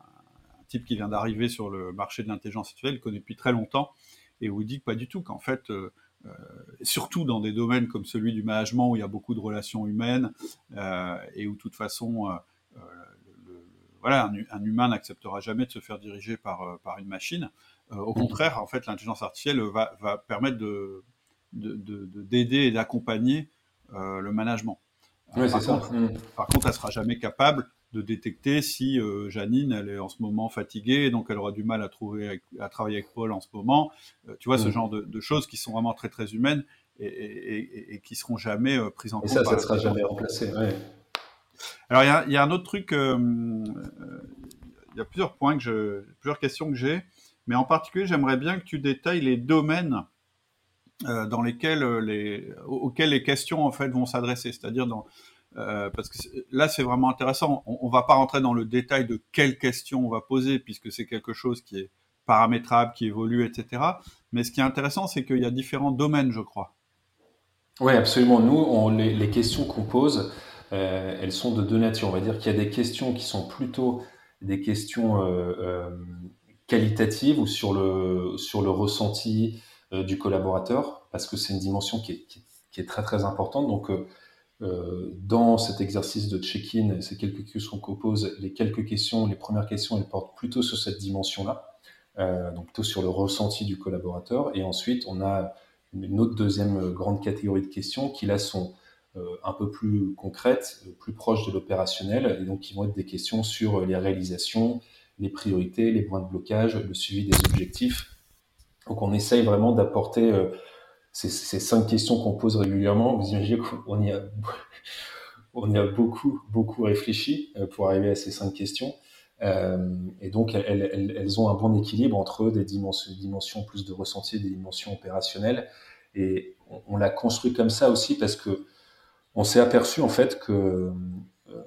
Speaker 1: un type qui vient d'arriver sur le marché de l'intelligence artificielle. Il connaît depuis très longtemps, et vous dit que pas du tout, qu'en fait, euh, euh, surtout dans des domaines comme celui du management où il y a beaucoup de relations humaines euh, et où de toute façon, euh, euh, le, le, voilà, un, un humain n'acceptera jamais de se faire diriger par, euh, par une machine. Euh, au contraire, en fait, l'intelligence artificielle va, va permettre de, de, de, de, d'aider et d'accompagner euh, le management. Euh,
Speaker 2: Oui, c'est
Speaker 1: par
Speaker 2: ça.
Speaker 1: contre,
Speaker 2: Mmh.
Speaker 1: par contre, elle sera jamais capable de détecter si euh, Janine, elle est en ce moment fatiguée, donc elle aura du mal à, trouver avec, à travailler avec Paul en ce moment. Euh, tu vois, ce
Speaker 2: Mmh.
Speaker 1: genre de, de choses qui sont vraiment très très humaines et, et, et, et qui seront jamais euh, prises en
Speaker 2: Et
Speaker 1: compte
Speaker 2: ça,
Speaker 1: par
Speaker 2: ça ne sera
Speaker 1: l'intelligence
Speaker 2: jamais
Speaker 1: artificielle.
Speaker 2: remplacé. Ouais.
Speaker 1: Alors, il y a, il y a un autre truc, euh, euh, il y a plusieurs points que je, plusieurs questions que j'ai, mais en particulier, j'aimerais bien que tu détailles les domaines euh, dans lesquels les, auxquels les questions en fait vont s'adresser, c'est-à-dire dans Euh, parce que là, c'est vraiment intéressant. On, on va pas rentrer dans le détail de quelles questions on va poser, puisque c'est quelque chose qui est paramétrable, qui évolue, et cetera. Mais ce qui est intéressant, c'est qu'il y a différents domaines, je crois.
Speaker 2: Oui, absolument. Nous, on, les, les questions qu'on pose, euh, elles sont de deux natures. On va dire qu'il y a des questions qui sont plutôt des questions euh, euh, qualitatives ou sur le, sur le ressenti euh, du collaborateur, parce que c'est une dimension qui est, qui, qui est très très importante. Donc, euh, euh, dans cet exercice de check-in, ces quelques questions qu'on pose, les quelques questions, les premières questions, elles portent plutôt sur cette dimension-là, euh, donc plutôt sur le ressenti du collaborateur. Et ensuite, on a une autre deuxième grande catégorie de questions qui là sont euh, un peu plus concrètes, plus proches de l'opérationnel, et donc qui vont être des questions sur les réalisations, les priorités, les points de blocage, le suivi des objectifs. Donc on essaye vraiment d'apporter euh, ces, ces cinq questions qu'on pose régulièrement. Vous imaginez qu'on y a, on y a beaucoup, beaucoup réfléchi euh, pour arriver à ces cinq questions. Euh, et donc, elles, elles, elles ont un bon équilibre entre des dimensions, des dimensions plus de ressenti et des dimensions opérationnelles. Et on, on l'a construit comme ça aussi parce que on s'est aperçu en fait que euh,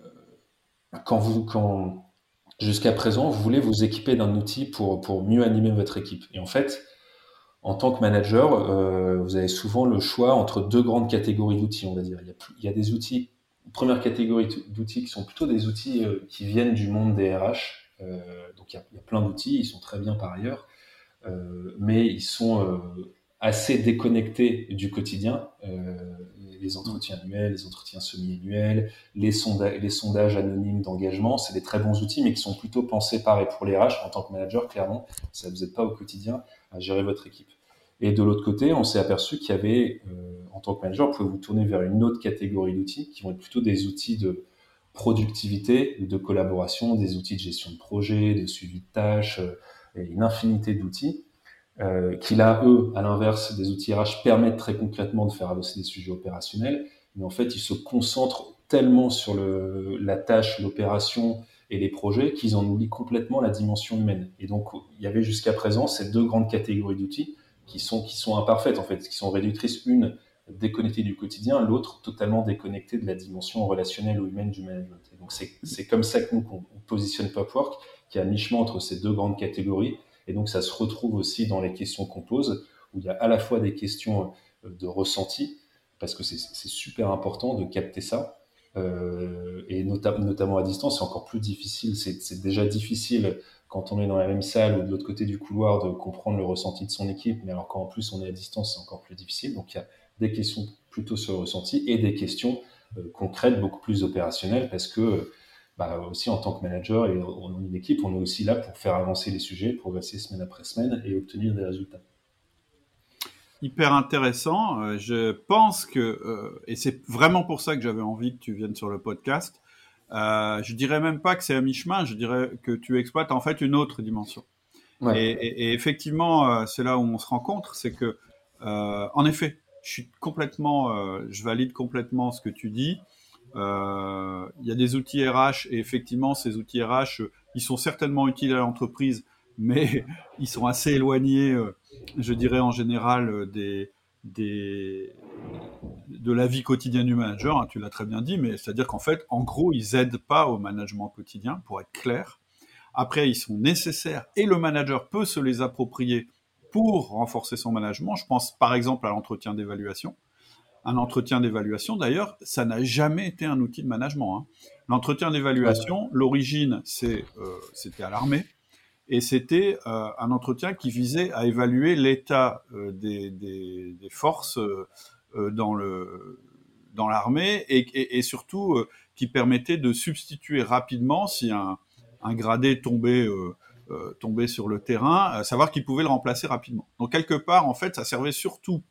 Speaker 2: quand vous, quand jusqu'à présent, vous voulez vous équiper d'un outil pour pour mieux animer votre équipe. Et en fait, en tant que manager, euh, vous avez souvent le choix entre deux grandes catégories d'outils, on va dire. Il y a, il y a des outils, une première catégorie d'outils qui sont plutôt des outils euh, qui viennent du monde des R H. Euh, donc il y, a, il y a plein d'outils, ils sont très bien par ailleurs, euh, mais ils sont euh, assez déconnectés du quotidien. Euh, les entretiens annuels, les entretiens semi-annuels, les, sonda- les sondages anonymes d'engagement, c'est des très bons outils, mais qui sont plutôt pensés par et pour les R H. En tant que manager, clairement, ça ne vous aide pas au quotidien à gérer votre équipe. Et de l'autre côté, on s'est aperçu qu'il y avait, euh, en tant que manager, vous pouvez vous tourner vers une autre catégorie d'outils qui vont être plutôt des outils de productivité, de collaboration, des outils de gestion de projet, de suivi de tâches, euh, et une infinité d'outils euh, qui là, eux, à l'inverse des outils R H, permettent très concrètement de faire avancer des sujets opérationnels. Mais en fait, ils se concentrent tellement sur le, la tâche, l'opération et les projets qu'ils en oublient complètement la dimension humaine. Et donc, il y avait jusqu'à présent ces deux grandes catégories d'outils qui sont, qui sont imparfaites, en fait, qui sont réductrices. Une, déconnectée du quotidien, l'autre, totalement déconnectée de la dimension relationnelle ou humaine du management. Et donc, c'est, c'est comme ça que nous, qu'on positionne Popwork, qui est à mi-chemin entre ces deux grandes catégories. Et donc, ça se retrouve aussi dans les questions qu'on pose, où il y a à la fois des questions de ressenti, parce que c'est, c'est super important de capter ça, euh, et nota- notamment à distance, c'est encore plus difficile. C'est, c'est déjà difficile quand on est dans la même salle ou de l'autre côté du couloir de comprendre le ressenti de son équipe, mais alors quand en plus on est à distance, c'est encore plus difficile. Donc, il y a des questions plutôt sur le ressenti et des questions euh, concrètes, beaucoup plus opérationnelles, parce que bah, aussi en tant que manager et on est une équipe, on est aussi là pour faire avancer les sujets, progresser semaine après semaine et obtenir des résultats.
Speaker 1: Hyper intéressant. Euh, je pense que, euh, et c'est vraiment pour ça que j'avais envie que tu viennes sur le podcast, euh, je dirais même pas que c'est à mi-chemin, je dirais que tu exploites en fait une autre dimension.
Speaker 2: Ouais.
Speaker 1: Et, et, et effectivement, euh, c'est là où on se rencontre, c'est que, euh, en effet, je suis complètement, euh, je valide complètement ce que tu dis. Euh, il y a des outils R H et effectivement, ces outils R H, euh, ils sont certainement utiles à l'entreprise, mais ils sont assez éloignés, euh, je dirais en général, euh, des, des, de la vie quotidienne du manager. Hein, tu l'as très bien dit, mais c'est-à-dire qu'en fait, en gros, ils aident pas au management quotidien, pour être clair. Après, ils sont nécessaires et le manager peut se les approprier pour renforcer son management. Je pense par exemple à l'entretien d'évaluation. Un entretien d'évaluation, d'ailleurs, ça n'a jamais été un outil de management. Hein. L'entretien d'évaluation, ouais. l'origine, c'est, euh, c'était à l'armée, et c'était euh, un entretien qui visait à évaluer l'état euh, des, des, des forces euh, dans, le, dans l'armée, et, et, et surtout euh, qui permettait de substituer rapidement, si un, un gradé tombait, euh, euh, tombait sur le terrain, à savoir qu'il pouvait le remplacer rapidement. Donc quelque part, en fait, ça servait surtout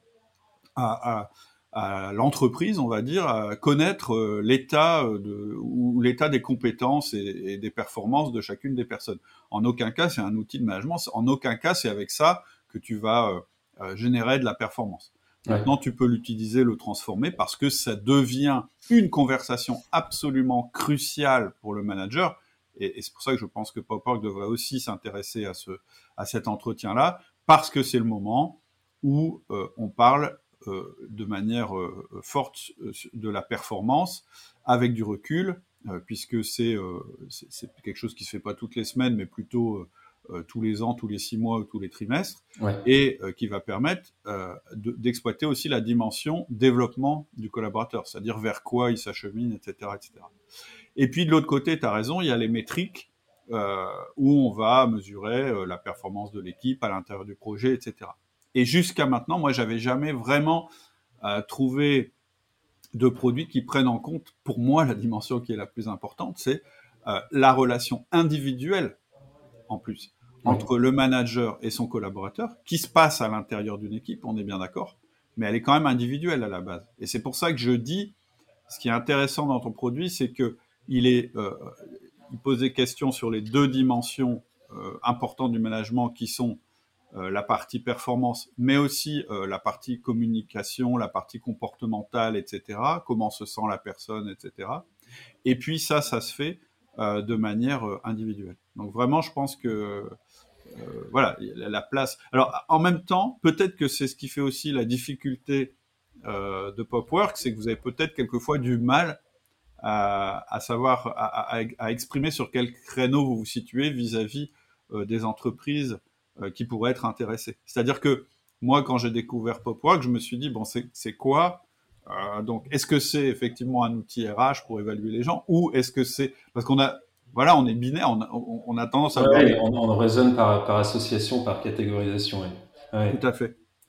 Speaker 1: à... à à l'entreprise, on va dire, à connaître euh, l'état de, ou l'état des compétences et, et des performances de chacune des personnes. En aucun cas, c'est un outil de management. En aucun cas, c'est avec ça que tu vas euh, générer de la performance. Ouais. Maintenant, tu peux l'utiliser, le transformer, parce que ça devient une conversation absolument cruciale pour le manager. Et, et c'est pour ça que je pense que Popwork devrait aussi s'intéresser à, ce, à cet entretien-là, parce que c'est le moment où euh, on parle Euh, de manière euh, forte euh, de la performance, avec du recul, euh, puisque c'est, euh, c'est, c'est quelque chose qui se fait pas toutes les semaines, mais plutôt euh, tous les ans, tous les six mois ou tous les trimestres, ouais. et euh, qui va permettre euh, de, d'exploiter aussi la dimension développement du collaborateur, c'est-à-dire vers quoi il s'achemine, et cetera, et cetera. Et puis de l'autre côté, tu as raison, il y a les métriques euh, où on va mesurer euh, la performance de l'équipe à l'intérieur du projet, et cetera. Et jusqu'à maintenant, moi, j'avais jamais vraiment euh, trouvé de produits qui prennent en compte, pour moi, la dimension qui est la plus importante, c'est euh, la relation individuelle, en plus, oui. entre le manager et son collaborateur, qui se passe à l'intérieur d'une équipe, on est bien d'accord, mais elle est quand même individuelle à la base. Et c'est pour ça que je dis, ce qui est intéressant dans ton produit, c'est que il est, euh, il pose des questions sur les deux dimensions euh, importantes du management, qui sont Euh, la partie performance, mais aussi euh, la partie communication, la partie comportementale, et cetera. Comment se sent la personne, et cetera. Et puis ça, ça se fait euh, de manière euh, individuelle. Donc vraiment, je pense que euh, voilà, la place. Alors en même temps, peut-être que c'est ce qui fait aussi la difficulté euh, de Popwork, c'est que vous avez peut-être quelquefois du mal à, à savoir, à, à, à exprimer sur quel créneau vous vous situez vis-à-vis euh, des entreprises qui pourraient être intéressés. C'est-à-dire que moi, quand j'ai découvert Popwork, je me suis dit, bon, c'est, c'est quoi euh, donc, est-ce que c'est effectivement un outil R H pour évaluer les gens, ou est-ce que c'est... Parce qu'on a... Voilà, on est binaire, on a, on, on a tendance à...
Speaker 2: Ouais, on, on raisonne par, par association, par catégorisation, oui. Ouais.
Speaker 1: Tout à fait.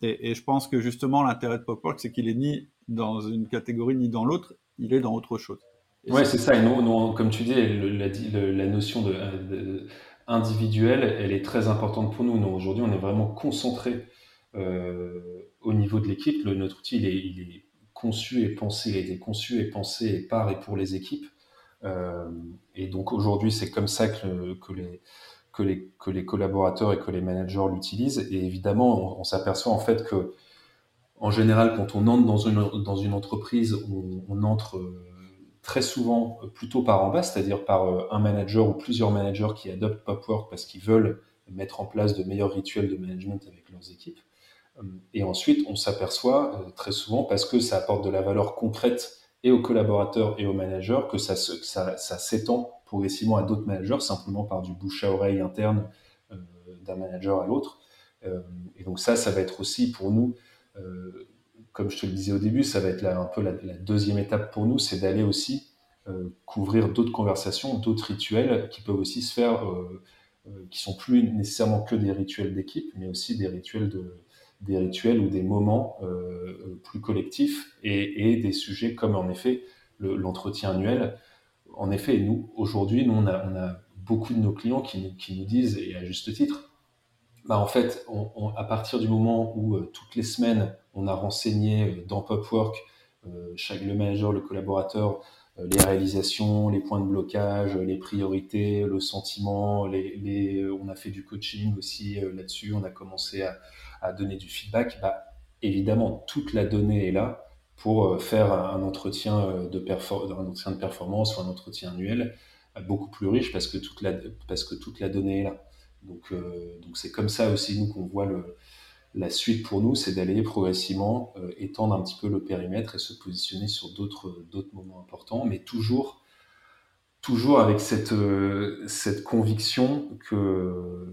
Speaker 1: Et, et je pense que justement, l'intérêt de Popwork, c'est qu'il est ni dans une catégorie ni dans l'autre, il est dans autre chose. Et
Speaker 2: Ouais,
Speaker 1: c'est
Speaker 2: c'est ça. Et nous, nous, comme tu dis, le- la, le- la notion de, de- individuelle, elle est très importante pour nous. Nous, aujourd'hui, on est vraiment concentré euh, au niveau de l'équipe. Le- notre outil, il est, il est conçu et pensé, il a été conçu et pensé et par et pour les équipes. Euh, et donc aujourd'hui, c'est comme ça que, le- que les que les que les collaborateurs et que les managers l'utilisent. Et évidemment, on, on s'aperçoit en fait que en général, quand on entre dans une, dans une entreprise, on, on entre euh, très souvent euh, plutôt par en bas, c'est-à-dire par euh, un manager ou plusieurs managers qui adoptent Popwork parce qu'ils veulent mettre en place de meilleurs rituels de management avec leurs équipes. Euh, Et ensuite, on s'aperçoit euh, très souvent, parce que ça apporte de la valeur concrète et aux collaborateurs et aux managers, que ça, se, que ça, ça s'étend progressivement à d'autres managers, simplement par du bouche à oreille interne euh, d'un manager à l'autre. Euh, et donc ça, ça va être aussi pour nous, euh, comme je te le disais au début, ça va être là, un peu la, la deuxième étape pour nous, c'est d'aller aussi euh, couvrir d'autres conversations, d'autres rituels qui peuvent aussi se faire, euh, euh, qui sont plus nécessairement que des rituels d'équipe, mais aussi des rituels de des rituels ou des moments euh, plus collectifs et, et des sujets comme en effet le, l'entretien annuel. En effet, nous, aujourd'hui, nous, on a, on a beaucoup de nos clients qui nous, qui nous disent, et à juste titre, bah en fait, on, on, à partir du moment où euh, toutes les semaines, on a renseigné euh, dans Popwork, euh, chaque, le manager, le collaborateur, euh, les réalisations, les points de blocage, les priorités, le sentiment, les, les, on a fait du coaching aussi euh, là-dessus, on a commencé à, à donner du feedback. Bah, évidemment, toute la donnée est là pour euh, faire un entretien, euh, de perfor- un entretien de performance ou un entretien annuel euh, beaucoup plus riche parce que toute la, parce que toute la donnée est là. Donc, euh, donc c'est comme ça aussi nous qu'on voit le, la suite pour nous, c'est d'aller progressivement euh, étendre un petit peu le périmètre et se positionner sur d'autres d'autres moments importants, mais toujours toujours avec cette euh, cette conviction que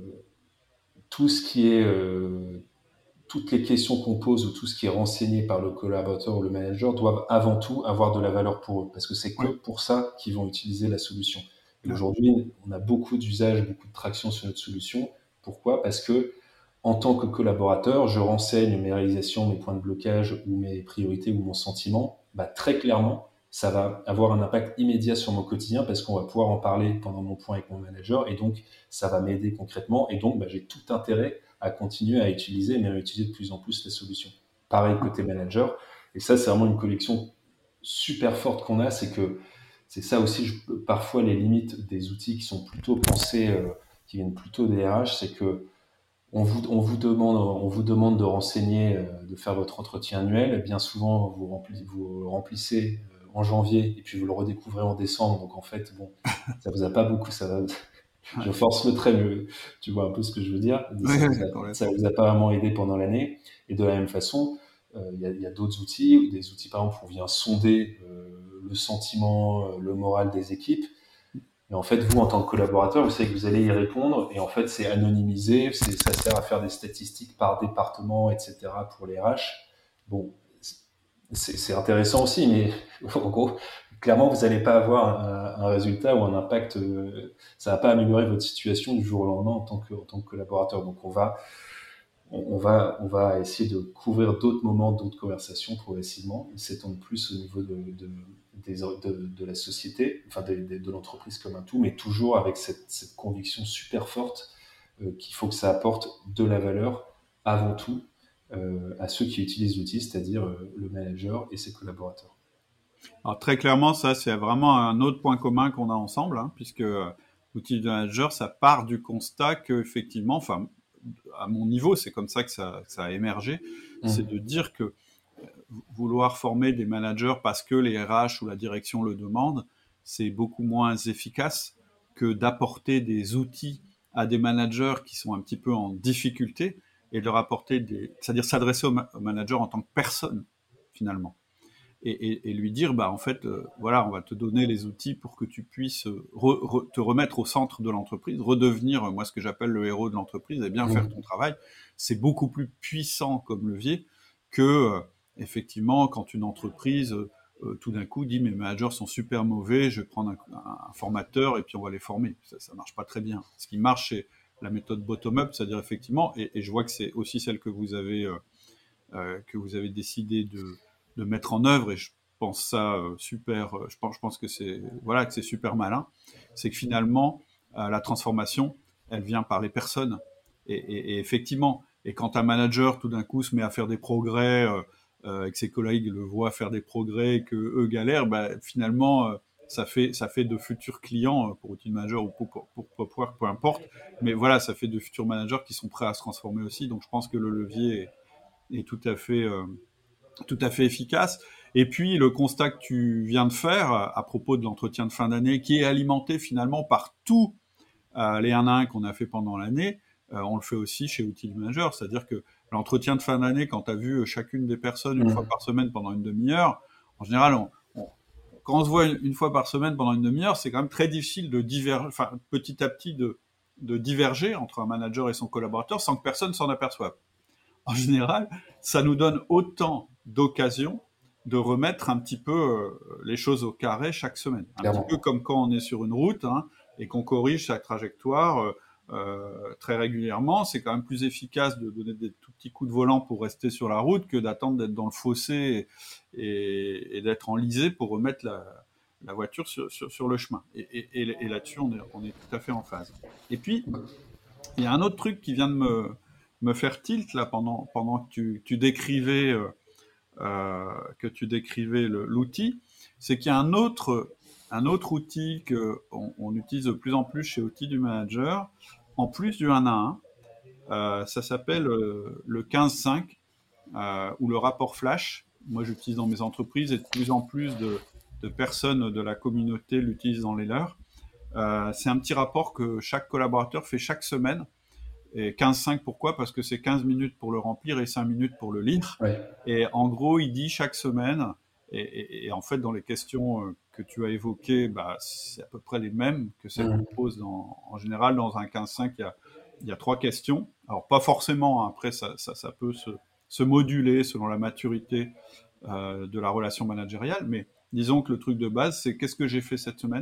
Speaker 2: tout ce qui est euh, toutes les questions qu'on pose ou tout ce qui est renseigné par le collaborateur ou le manager doivent avant tout avoir de la valeur pour eux, parce que c'est que
Speaker 1: ouais,
Speaker 2: pour ça qu'ils vont utiliser la solution. Et
Speaker 1: clair.
Speaker 2: aujourd'hui, on a beaucoup d'usages, beaucoup de traction sur notre solution. Pourquoi? Parce que en tant que collaborateur, je renseigne mes réalisations, mes points de blocage ou mes priorités ou mon sentiment. Bah, très clairement, ça va avoir un impact immédiat sur mon quotidien parce qu'on va pouvoir en parler pendant mon point avec mon manager et donc ça va m'aider concrètement et donc bah, j'ai tout intérêt à continuer à utiliser, mais à utiliser de plus en plus les solutions. Pareil côté manager. Et ça, c'est vraiment une collection super forte qu'on a. C'est que c'est ça aussi, je, parfois, les limites des outils qui sont plutôt pensés, euh, qui viennent plutôt des R H, c'est que on vous, on vous demande, on vous demande de renseigner, euh, de faire votre entretien annuel. Et bien souvent, vous, rempli, vous remplissez euh, en janvier et puis vous le redécouvrez en décembre. Donc en fait, bon, ça vous a pas beaucoup, ça va, je
Speaker 1: Ouais.
Speaker 2: force le trait, mais tu vois un peu ce que je veux dire.
Speaker 1: Ouais,
Speaker 2: Ça vous a,
Speaker 1: ouais,
Speaker 2: ça
Speaker 1: complètement.
Speaker 2: vous a pas vraiment aidé pendant l'année. Et de la même façon, euh, il y a, il y a d'autres outils, des outils par exemple où on vient sonder euh, le sentiment, euh, le moral des équipes. Et en fait, vous en tant que collaborateur, vous savez que vous allez y répondre. Et en fait, c'est anonymisé, c'est, ça sert à faire des statistiques par département, et cetera pour les R H. Bon, c'est, c'est intéressant aussi, mais en gros, clairement, vous n'allez pas avoir un, un résultat ou un impact. Euh, ça va pas améliorer votre situation du jour au lendemain en tant que, en tant que collaborateur. Donc, on va, on, on va, on va essayer de couvrir d'autres moments, d'autres conversations progressivement, s'étendre plus au niveau de, de, des, de, de la société, enfin de, de, de l'entreprise comme un tout, mais toujours avec cette, cette conviction super forte euh, qu'il faut que ça apporte de la valeur avant tout euh, à ceux qui utilisent l'outil, c'est-à-dire euh, le manager et ses collaborateurs.
Speaker 1: Alors très clairement, ça c'est vraiment un autre point commun qu'on a ensemble, hein, puisque euh, l'outil de manager, ça part du constat que effectivement, enfin à mon niveau, c'est comme ça que ça, que ça a émergé, c'est
Speaker 2: Mmh.
Speaker 1: de dire que vouloir former des managers parce que les R H ou la direction le demandent, c'est beaucoup moins efficace que d'apporter des outils à des managers qui sont un petit peu en difficulté et de leur apporter des, c'est-à-dire s'adresser au, ma- au manager en tant que personne finalement. Et, et, et lui dire, bah en fait, euh, voilà, on va te donner les outils pour que tu puisses re, re, te remettre au centre de l'entreprise, redevenir, euh, moi, ce que j'appelle le héros de l'entreprise, et bien faire ton
Speaker 2: Mmh.
Speaker 1: travail. C'est beaucoup plus puissant comme levier que, euh, effectivement, quand une entreprise, euh, euh, tout d'un coup, dit, mes managers sont super mauvais, je vais prendre un, un, un formateur et puis on va les former. Ça, ça marche pas très bien. Ce qui marche, c'est la méthode bottom-up, c'est-à-dire effectivement, et, et je vois que c'est aussi celle que vous avez euh, euh, que vous avez décidé de, de mettre en œuvre, et je pense ça euh, super, je pense, je pense que c'est voilà que c'est super malin, c'est que finalement euh, la transformation, elle vient par les personnes. Et, et, et effectivement, et quand un manager tout d'un coup se met à faire des progrès, euh, euh, et que ses collègues le voient faire des progrès, et que eux galèrent, bah, finalement euh, ça fait ça fait de futurs clients euh, pour Outil Manager ou pour, pour, pour Popwork, peu importe. Mais voilà, ça fait de futurs managers qui sont prêts à se transformer aussi. Donc je pense que le levier est, est tout à fait euh, tout à fait efficace. Et puis le constat que tu viens de faire euh, à propos de l'entretien de fin d'année, qui est alimenté finalement par tous euh, les un à un qu'on a fait pendant l'année, euh, on le fait aussi chez Outil Manager. C'est-à-dire que l'entretien de fin d'année, quand tu as vu chacune des personnes une
Speaker 2: Mmh.
Speaker 1: fois par semaine pendant une demi-heure, en général, on, on, quand on se voit une, une fois par semaine pendant une demi-heure, c'est quand même très difficile de diverger, enfin petit à petit de, de diverger entre un manager et son collaborateur sans que personne s'en aperçoive. En général, ça nous donne autant d'occasions de remettre un petit peu euh, les choses au carré chaque semaine. Un
Speaker 2: Clairement.
Speaker 1: petit peu comme quand on est sur une route hein, et qu'on corrige sa trajectoire euh, euh, très régulièrement. C'est quand même plus efficace de donner des tout petits coups de volant pour rester sur la route que d'attendre d'être dans le fossé et, et, et d'être enlisé pour remettre la, la voiture sur, sur, sur le chemin. Et, et, et, et là-dessus, on est, on est tout à fait en phase. Et puis, il y a un autre truc qui vient de me me faire tilt là pendant pendant que tu, tu décrivais euh, euh, que tu décrivais le, l'outil, c'est qu'il y a un autre un autre outil que on, on utilise de plus en plus chez Outils du Manager, en plus du un à un, euh, ça s'appelle euh, le quinze cinq euh, ou le rapport flash. Moi, j'utilise dans mes entreprises et de plus en plus de, de personnes de la communauté l'utilisent dans les leurs. Euh, c'est un petit rapport que chaque collaborateur fait chaque semaine. Et quinze cinq, pourquoi? Parce que c'est quinze minutes pour le remplir et cinq minutes pour le lire.
Speaker 2: Ouais.
Speaker 1: Et en gros, il dit chaque semaine, et, et, et en fait, dans les questions que tu as évoquées, bah, c'est à peu près les mêmes que celles
Speaker 2: Mmh.
Speaker 1: qu'on pose dans, en général dans un quinze cinq. Il y a, il y a trois questions. Alors, pas forcément, hein, après, ça, ça, ça peut se, se moduler selon la maturité euh, de la relation managériale, mais disons que le truc de base, c'est qu'est-ce que j'ai fait cette semaine,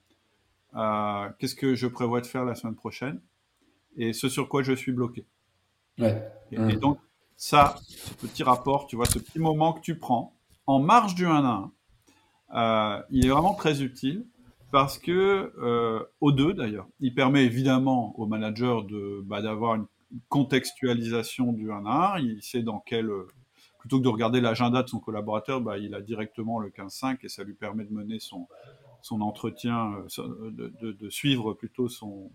Speaker 1: euh, qu'est-ce que je prévois de faire la semaine prochaine, et ce sur quoi je suis bloqué.
Speaker 2: Ouais.
Speaker 1: Et,
Speaker 2: Mmh.
Speaker 1: et donc, ça, ce petit rapport, tu vois, ce petit moment que tu prends en marge du un à un, euh, il est vraiment très utile parce que, euh, aux deux d'ailleurs, il permet évidemment au manager de, bah, d'avoir une contextualisation du un à un. Il sait dans quel, plutôt que de regarder l'agenda de son collaborateur, bah, il a directement le quinze cinq et ça lui permet de mener son, son entretien, euh, de, de, de suivre plutôt son,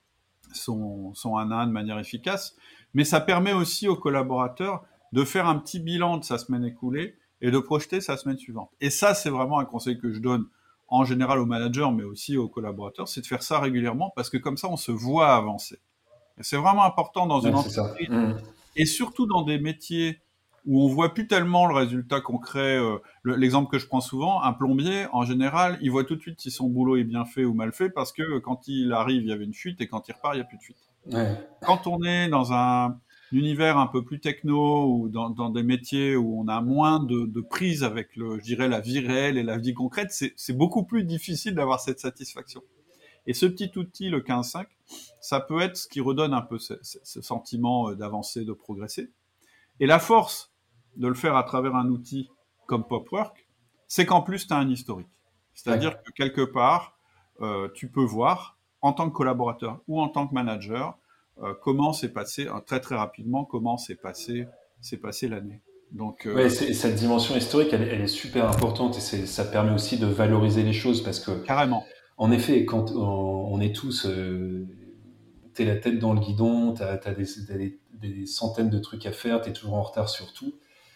Speaker 1: son, son un à un de manière efficace, mais ça permet aussi aux collaborateurs de faire un petit bilan de sa semaine écoulée et de projeter sa semaine suivante. Et ça, c'est vraiment un conseil que je donne en général aux managers, mais aussi aux collaborateurs, c'est de faire ça régulièrement parce que comme ça, on se voit avancer. Et c'est vraiment important dans
Speaker 2: Ouais,
Speaker 1: une
Speaker 2: c'est ça.
Speaker 1: entreprise
Speaker 2: Mmh.
Speaker 1: et surtout dans des métiers où on voit plus tellement le résultat concret. Euh, le- l'exemple que je prends souvent, un plombier, en général, il voit tout de suite si son boulot est bien fait ou mal fait parce que euh, quand il arrive, il y avait une fuite et quand il repart, il n'y a plus de fuite.
Speaker 2: Ouais.
Speaker 1: Quand on est dans un univers un peu plus techno ou dans, dans des métiers où on a moins de, de prise avec le, je dirais, la vie réelle et la vie concrète, c'est c'est beaucoup plus difficile d'avoir cette satisfaction. Et ce petit outil, le quinze cinq, ça peut être ce qui redonne un peu ce, ce- ce sentiment euh, d'avancer, de progresser. Et la force de le faire à travers un outil comme Popwork, c'est qu'en plus, tu as un historique.
Speaker 2: Ouais.
Speaker 1: C'est-à-dire que quelque part, euh, tu peux voir, en tant que collaborateur ou en tant que manager, euh, comment s'est passé, euh, très très rapidement, comment s'est passé, s'est passé l'année. Donc,
Speaker 2: Ouais,
Speaker 1: euh,
Speaker 2: c'est- cette dimension historique, elle, est elle est super importante et c'est, ça permet aussi de valoriser les choses parce que,
Speaker 1: carrément.
Speaker 2: en effet, quand on, on est tous, euh, t'es la tête dans le guidon, t'as, t'as des, t'as des, des centaines de trucs à faire, t'es toujours en retard sur tout.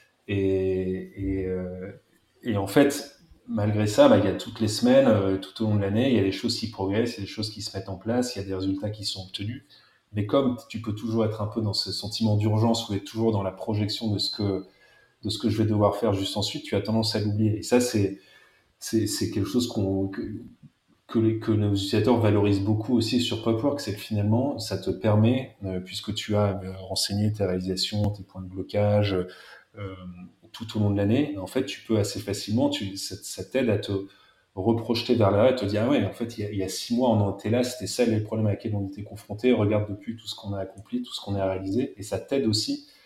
Speaker 2: Et, et, euh, et en fait, malgré ça, bah, il y a toutes les semaines, euh, tout au long de l'année, il y a des choses qui progressent, il y a des choses qui se mettent en place, il y a des résultats qui sont obtenus. Mais comme tu peux toujours être un peu dans ce sentiment d'urgence ou être toujours dans la projection de ce que, de ce que je vais devoir faire juste ensuite, tu as tendance à l'oublier. Et ça, c'est, c'est, c'est quelque chose qu'on, que, que, les, que nos utilisateurs valorisent beaucoup aussi sur Popwork, c'est que finalement, ça te permet, euh, puisque tu as euh, renseigné tes réalisations, tes points de blocage, euh, tout au long de l'année, en fait, tu peux assez facilement, tu, ça, ça t'aide à te reprojeter vers l'arrière et te dire, ah ouais, en fait, il y a, il y a six mois, on en était là, c'était ça les problèmes à lesquels on était confrontés, regarde depuis tout ce qu'on a accompli, tout ce qu'on a réalisé, et ça t'aide aussi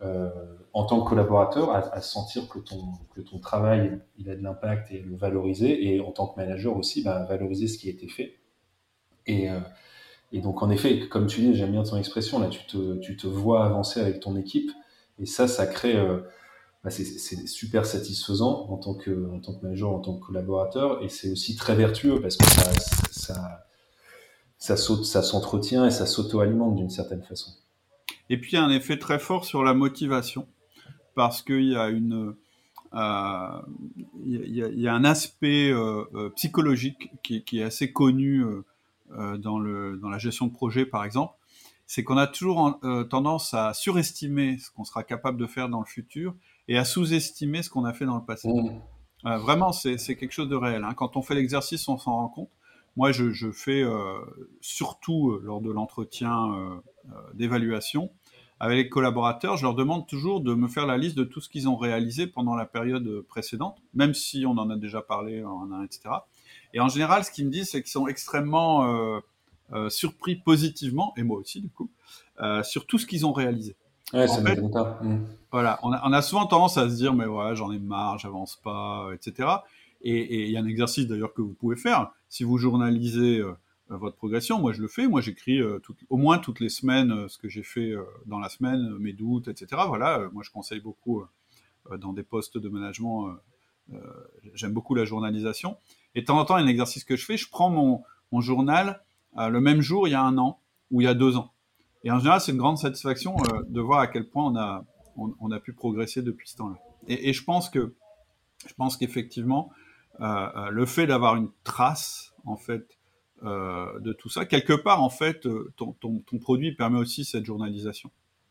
Speaker 2: euh, en tant que collaborateur, à, à sentir que ton, que ton travail, il a de l'impact et le valoriser, et en tant que manager aussi, bah, valoriser ce qui a été fait. Et, euh, et donc, en effet, comme tu dis, j'aime bien ton expression, là, tu te, tu te vois avancer avec ton équipe, et ça, ça crée, euh, bah, c'est, c'est super satisfaisant en tant que, en tant que manager, en tant que collaborateur, et c'est aussi très vertueux parce que ça, ça, ça, saute, ça s'entretient et ça s'auto-alimente d'une certaine façon.
Speaker 1: Et puis, il y a un effet très fort sur la motivation, parce qu'il y a une, euh, il y, a, il y a un aspect euh, euh, psychologique qui, qui est assez connu euh, euh, dans, le, dans la gestion de projet, par exemple. C'est qu'on a toujours en, euh, tendance à surestimer ce qu'on sera capable de faire dans le futur et à sous-estimer ce qu'on a fait dans le passé.
Speaker 2: Mmh.
Speaker 1: Euh, vraiment, c'est, c'est quelque chose de réel. Hein. Quand on fait l'exercice, on s'en rend compte. Moi, je, je fais euh, surtout euh, lors de l'entretien euh, euh, d'évaluation avec les collaborateurs, je leur demande toujours de me faire la liste de tout ce qu'ils ont réalisé pendant la période précédente, même si on en a déjà parlé, en un, et cetera. Et en général, ce qu'ils me disent, c'est qu'ils sont extrêmement euh, euh, surpris positivement, et moi aussi du coup, euh, sur tout ce qu'ils ont réalisé.
Speaker 2: Ouais,
Speaker 1: En
Speaker 2: ça
Speaker 1: fait,
Speaker 2: m'étonne pas. Mmh.
Speaker 1: voilà, on a, on a souvent tendance à se dire, mais ouais, j'en ai marre, j'avance pas, et cetera. Et il y a un exercice d'ailleurs que vous pouvez faire. Si vous journalisez euh, votre progression, moi je le fais, moi j'écris euh, tout, au moins toutes les semaines euh, ce que j'ai fait euh, dans la semaine, euh, mes doutes, et cetera. Voilà, euh, moi je conseille beaucoup euh, dans des postes de management, euh, euh, j'aime beaucoup la journalisation. Et de temps en temps, il y a un exercice que je fais, je prends mon, mon journal euh, le même jour il y a un an ou il y a deux ans. Et en général, c'est une grande satisfaction euh, de voir à quel point on a, on, on a pu progresser depuis ce temps-là. Et, et je pense que, je pense qu'effectivement, euh, euh, le fait d'avoir une trace, en fait, euh, de tout ça, quelque part, en fait, euh, ton, ton, ton produit permet aussi cette journalisation.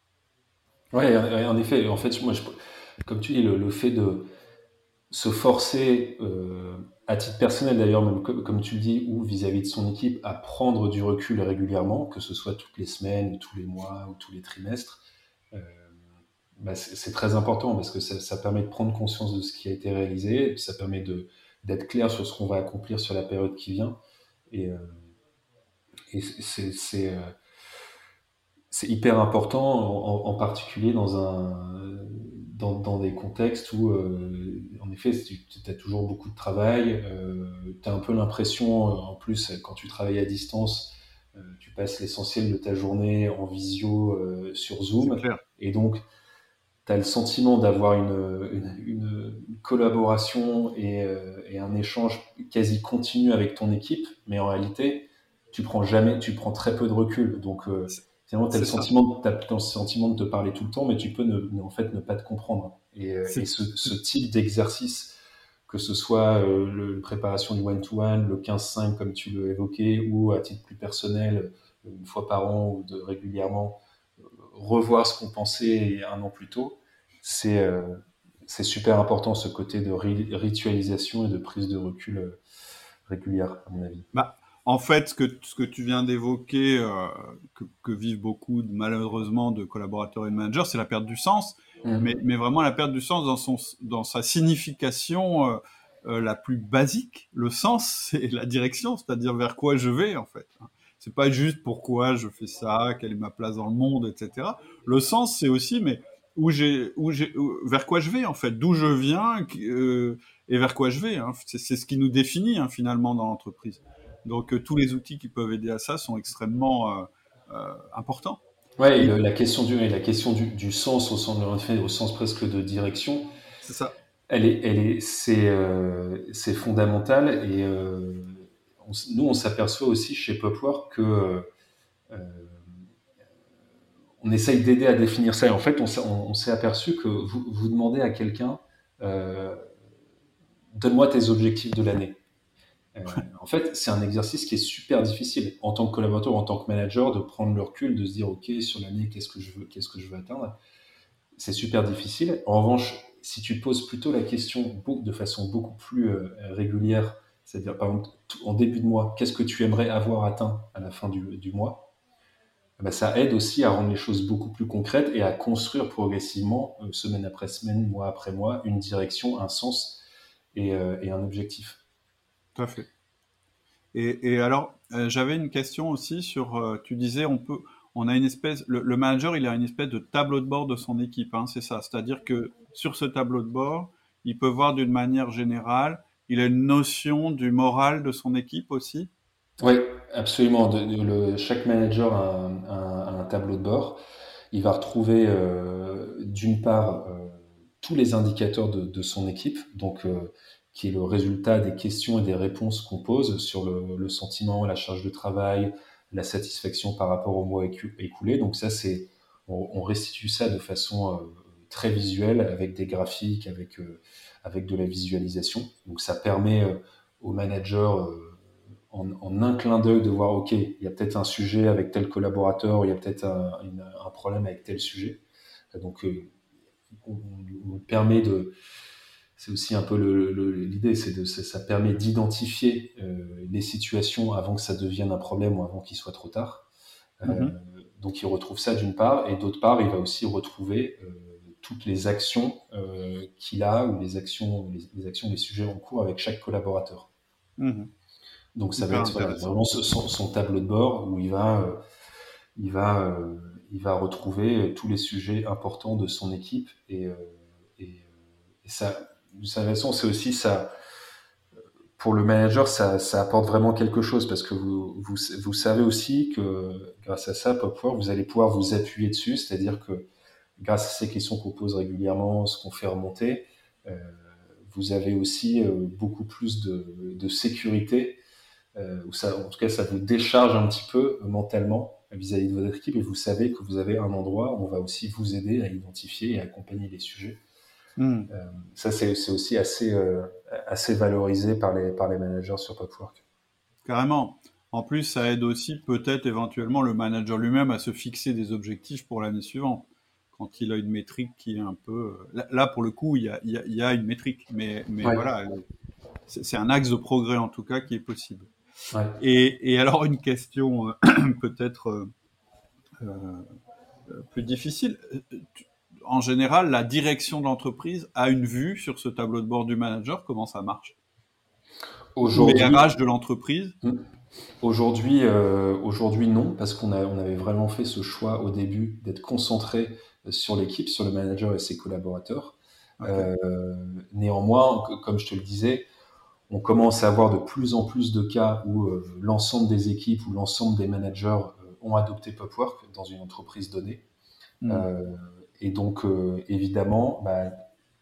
Speaker 2: Ouais, en effet, en fait, moi, je, comme tu dis, le, le fait de se forcer, euh, à titre personnel d'ailleurs, même comme, comme tu le dis, ou vis-à-vis de son équipe, à prendre du recul régulièrement, que ce soit toutes les semaines, ou tous les mois, ou tous les trimestres, euh, bah, c'est, c'est très important parce que ça, ça permet de prendre conscience de ce qui a été réalisé, ça permet de, d'être clair sur ce qu'on va accomplir sur la période qui vient, et, euh, et c'est, c'est, euh, c'est hyper important, en, en particulier dans, un, dans, dans des contextes où, euh, en effet, tu as toujours beaucoup de travail, euh, tu as un peu l'impression, en plus, quand tu travailles à distance, euh, tu passes l'essentiel de ta journée en visio euh, sur
Speaker 1: C'est
Speaker 2: Zoom,
Speaker 1: clair.
Speaker 2: et donc tu as le sentiment d'avoir une, une, une collaboration et, euh, et un échange quasi continu avec ton équipe, mais en réalité, tu prends jamais, tu prends très peu de recul. Donc, euh,
Speaker 1: C'est,
Speaker 2: finalement, tu as le
Speaker 1: c'est ça.
Speaker 2: sentiment, t'as le sentiment de te parler tout le temps, mais tu peux ne, en fait ne pas te comprendre. Et, euh, et
Speaker 1: C'est,
Speaker 2: ce,
Speaker 1: c'est,
Speaker 2: ce type d'exercice, que ce soit euh, le, le préparation du one-to-one, le quinze cinq comme tu l'as évoqué, ou à titre plus personnel, une fois par an ou de régulièrement, revoir ce qu'on pensait un an plus tôt, c'est euh, c'est super important, ce côté de ri- ritualisation et de prise de recul euh, régulière, à mon avis.
Speaker 1: Bah, en fait, ce que, ce que tu viens d'évoquer, euh, que, que vivent beaucoup, de- malheureusement, de collaborateurs et de managers, c'est la perte du sens, mais,
Speaker 2: Mm.
Speaker 1: mais vraiment la perte du sens dans, son, dans sa signification euh, euh, la plus basique. Le sens, c'est la direction, c'est-à-dire vers quoi je vais, en fait. C'est pas juste pourquoi je fais ça, quelle est ma place dans le monde, et cetera. Le sens, c'est aussi, mais où j'ai, où j'ai, où- vers quoi je vais, en fait, d'où je viens euh, et vers quoi je vais. Hein. C'est, c'est ce qui nous définit, hein, finalement, dans l'entreprise. Donc euh, tous les outils qui peuvent aider à ça sont extrêmement euh, euh, importants.
Speaker 2: Ouais, et
Speaker 1: Et
Speaker 2: le- la question du, et la question du, du sens au sens, en fait, au sens presque de direction,
Speaker 1: c'est ça.
Speaker 2: elle est, elle est, c'est, euh, c'est fondamental. Et euh, on s- nous, on s'aperçoit aussi chez Popwork que euh, on essaye d'aider à définir ça. Et en fait, on s'est, on, on s'est aperçu que vous, vous demandez à quelqu'un, euh, donne-moi tes objectifs de l'année. Euh, en fait, c'est un exercice qui est super difficile en tant que collaborateur, en tant que manager, de prendre le recul, de se dire ok sur l'année, qu'est-ce que je veux, qu'est-ce que je veux atteindre. C'est super difficile. En revanche, si tu poses plutôt la question de façon beaucoup plus euh, régulière, c'est-à-dire par exemple en début de mois, qu'est-ce que tu aimerais avoir atteint à la fin du, du mois, eh ben, ça aide aussi à rendre les choses beaucoup plus concrètes et à construire progressivement, euh, semaine après semaine, mois après mois, une direction, un sens et, euh, et un objectif.
Speaker 1: Tout à fait. Et, et alors, euh, j'avais une question aussi sur, euh, tu disais, on peut, on a une espèce, le, le manager, il a une espèce de tableau de bord de son équipe, hein, c'est ça. C'est-à-dire que sur ce tableau de bord, il peut voir d'une manière générale, il a une notion du moral de son équipe aussi.
Speaker 2: Oui, absolument. De- de- le- chaque manager a un, un- a un tableau de bord. Il va retrouver euh, d'une part euh, tous les indicateurs de, de son équipe, donc euh, qui est le résultat des questions et des réponses qu'on pose sur le, le sentiment, la charge de travail, la satisfaction par rapport au mois écu- écoulé. Donc ça, c'est on, on restitue ça de façon euh, très visuelle avec des graphiques, avec euh, avec de la visualisation. Donc ça permet euh, aux managers euh, en, en un clin d'œil de voir, OK, il y a peut-être un sujet avec tel collaborateur, il y a peut-être un, une- un problème avec tel sujet. Donc, euh, on, on permet de, c'est aussi un peu le- le- l'idée, c'est de, ça ça permet d'identifier euh, les situations avant que ça devienne un problème ou avant qu'il soit trop tard. Euh,
Speaker 1: Mhm.
Speaker 2: donc, il retrouve ça d'une part, et d'autre part, il va aussi retrouver euh, toutes les actions euh, qu'il a ou les actions, les, les actions, les sujets en cours avec chaque collaborateur.
Speaker 1: Mhm.
Speaker 2: Donc ça va
Speaker 1: Hyper
Speaker 2: être voilà,
Speaker 1: intéressant.
Speaker 2: vraiment ce- son, son tableau de bord où il va, euh, il va, euh, il va retrouver tous les sujets importants de son équipe et, euh, et, euh, et ça, d'une certaine façon, c'est aussi ça. Pour le manager, ça, ça apporte vraiment quelque chose parce que vous, vous, vous savez aussi que grâce à ça, Popwork, vous allez pouvoir vous appuyer dessus, c'est-à-dire que grâce à ces questions qu'on pose régulièrement, ce qu'on fait remonter, euh, vous avez aussi euh, beaucoup plus de, de sécurité euh, où ça, en tout cas, ça vous décharge un petit peu euh, mentalement vis-à-vis de votre équipe et vous savez que vous avez un endroit où on va aussi vous aider à identifier et à accompagner les sujets.
Speaker 1: Mhm.
Speaker 2: Euh, ça, c'est, c'est aussi assez, euh, assez valorisé par les, par les managers sur Popwork.
Speaker 1: Carrément. En plus, ça aide aussi peut-être éventuellement le manager lui-même à se fixer des objectifs pour l'année suivante. Quand il a une métrique qui est un peu... Là, là, pour le coup, il y a, il y a- il y a une métrique, mais, mais
Speaker 2: Ouais,
Speaker 1: voilà, elle est- c'est c'est un axe de progrès en tout cas qui est possible.
Speaker 2: ouais.
Speaker 1: Et, et alors une question euh, peut-être euh, euh, plus difficile. Tu- En général, la direction de l'entreprise a une vue sur ce tableau de bord du manager, comment ça marche? Ou les
Speaker 2: Aujourd'hui,
Speaker 1: R H de l'entreprise?
Speaker 2: hmm, aujourd'hui, euh, aujourd'hui non, parce qu'on a, on avait vraiment fait ce choix au début d'être concentré sur l'équipe, sur le manager et ses collaborateurs.
Speaker 1: Ok.
Speaker 2: Euh, néanmoins, c- comme je te le disais, on commence à avoir de plus en plus de cas où euh, l'ensemble des équipes ou l'ensemble des managers euh, ont adopté Popwork dans une entreprise donnée.
Speaker 1: Hmm.
Speaker 2: Euh, et donc, euh, évidemment, bah,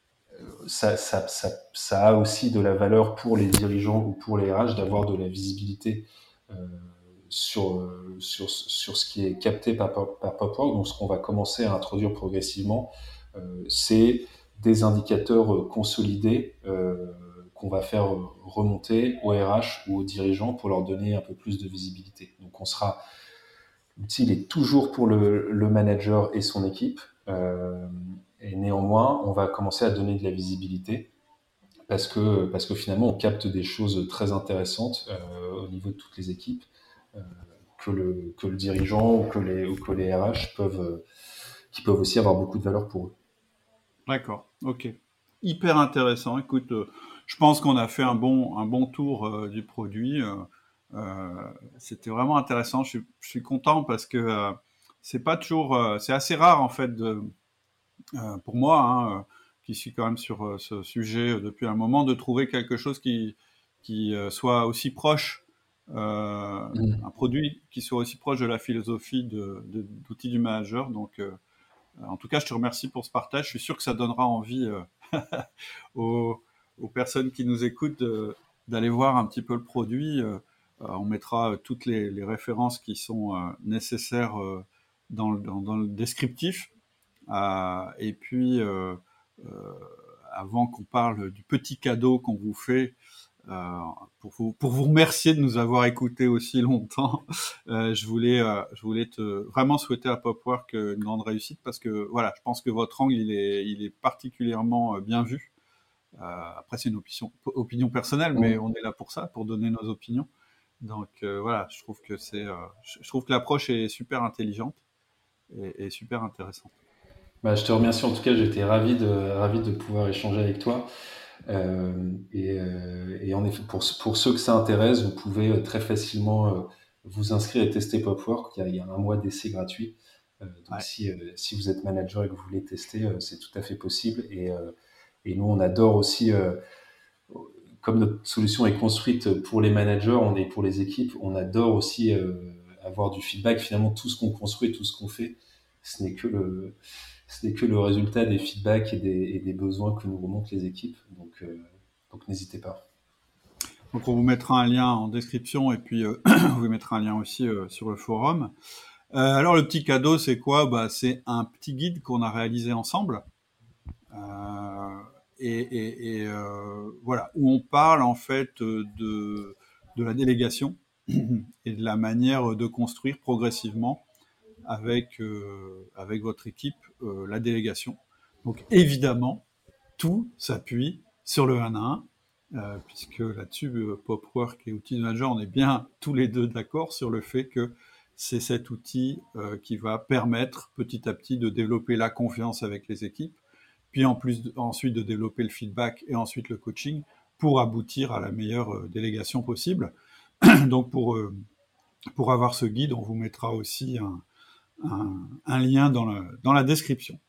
Speaker 2: ça, ça, ça, ça a aussi de la valeur pour les dirigeants ou pour les R H d'avoir de la visibilité euh, sur, euh, sur, sur ce qui est capté par, par Popwork. Donc, ce qu'on va commencer à introduire progressivement, euh, c'est des indicateurs euh, consolidés euh, qu'on va faire remonter aux R H ou aux dirigeants pour leur donner un peu plus de visibilité. Donc, on sera, l'outil il est toujours pour le, le manager et son équipe. Euh, et néanmoins, on va commencer à donner de la visibilité parce que, parce que finalement, on capte des choses très intéressantes euh, au niveau de toutes les équipes euh, que, le, que le dirigeant ou que les, ou que les R H peuvent, euh, qui peuvent aussi avoir beaucoup de valeur pour eux.
Speaker 1: D'accord, ok. Hyper intéressant. Écoute, euh, je pense qu'on a fait un bon, un bon tour euh, du produit. euh, euh, C'était vraiment intéressant. Je suis, je suis content parce que euh, c'est pas toujours, euh, c'est assez rare en fait de, euh, pour moi, hein, euh, qui suis quand même sur euh, ce sujet euh, depuis un moment, de trouver quelque chose qui, qui euh, soit aussi proche, euh,
Speaker 2: Mmh.
Speaker 1: un produit qui soit aussi proche de la philosophie de, de- d'outils du manager. Donc, euh, en tout cas, je te remercie pour ce partage. Je suis sûr que ça donnera envie euh, aux, aux personnes qui nous écoutent de- d'aller voir un petit peu le produit. Euh, euh, on mettra euh, toutes les, les références qui sont euh, nécessaires euh, dans, le, dans- dans le descriptif. Euh, et puis, euh, euh, avant qu'on parle du petit cadeau qu'on vous fait, euh, pour, vous, pour vous remercier de nous avoir écoutés aussi longtemps, euh, je voulais, euh, je voulais te vraiment souhaiter à Popwork euh, une grande réussite parce que voilà, je pense que votre angle il est, il est particulièrement euh, bien vu. Euh, après, c'est une opinion, opinion personnelle, mais
Speaker 2: Mmh.
Speaker 1: on est là pour ça, pour donner nos opinions. Donc euh, voilà, je trouve que c'est, euh, je trouve que l'approche est super intelligente et, et super intéressante.
Speaker 2: Bah, je te remercie en tout cas, j'étais ravi de, ravi de pouvoir échanger avec toi. Euh, et, euh, et en effet, pour, pour ceux que ça intéresse, vous pouvez euh, très facilement euh, vous inscrire et tester Popwork. Il y a, il y a un mois d'essai gratuit. Euh, donc
Speaker 1: Ouais.
Speaker 2: si, euh, si vous êtes manager et que vous voulez tester, euh, c'est tout à fait possible. Et, euh, et nous, on adore aussi, euh, comme notre solution est construite pour les managers, on est pour les équipes, on adore aussi euh, avoir du feedback. Finalement, tout ce qu'on construit, tout ce qu'on fait, ce n'est que le, ce n'est que le résultat des feedbacks et des, et des besoins que nous remontent les équipes. Donc, euh, donc n'hésitez pas.
Speaker 1: Donc on vous mettra un lien en description et puis euh, on vous mettra un lien aussi euh, sur le forum. Euh, alors le petit cadeau, c'est quoi ? Bah, c'est un petit guide qu'on a réalisé ensemble. Euh, et et, et euh, voilà, où on parle en fait de, de la délégation et de la manière de construire progressivement avec, euh, avec votre équipe euh, la délégation. Donc évidemment, tout s'appuie sur le un à un, euh, puisque là-dessus, euh, Popwork et Outil Manager, on est bien tous les deux d'accord sur le fait que c'est cet outil euh, qui va permettre petit à petit de développer la confiance avec les équipes, puis en plus de, ensuite de développer le feedback et ensuite le coaching pour aboutir à la meilleure euh, délégation possible. Donc pour, euh, pour avoir ce guide, on vous mettra aussi un, un, un lien dans la, dans la description.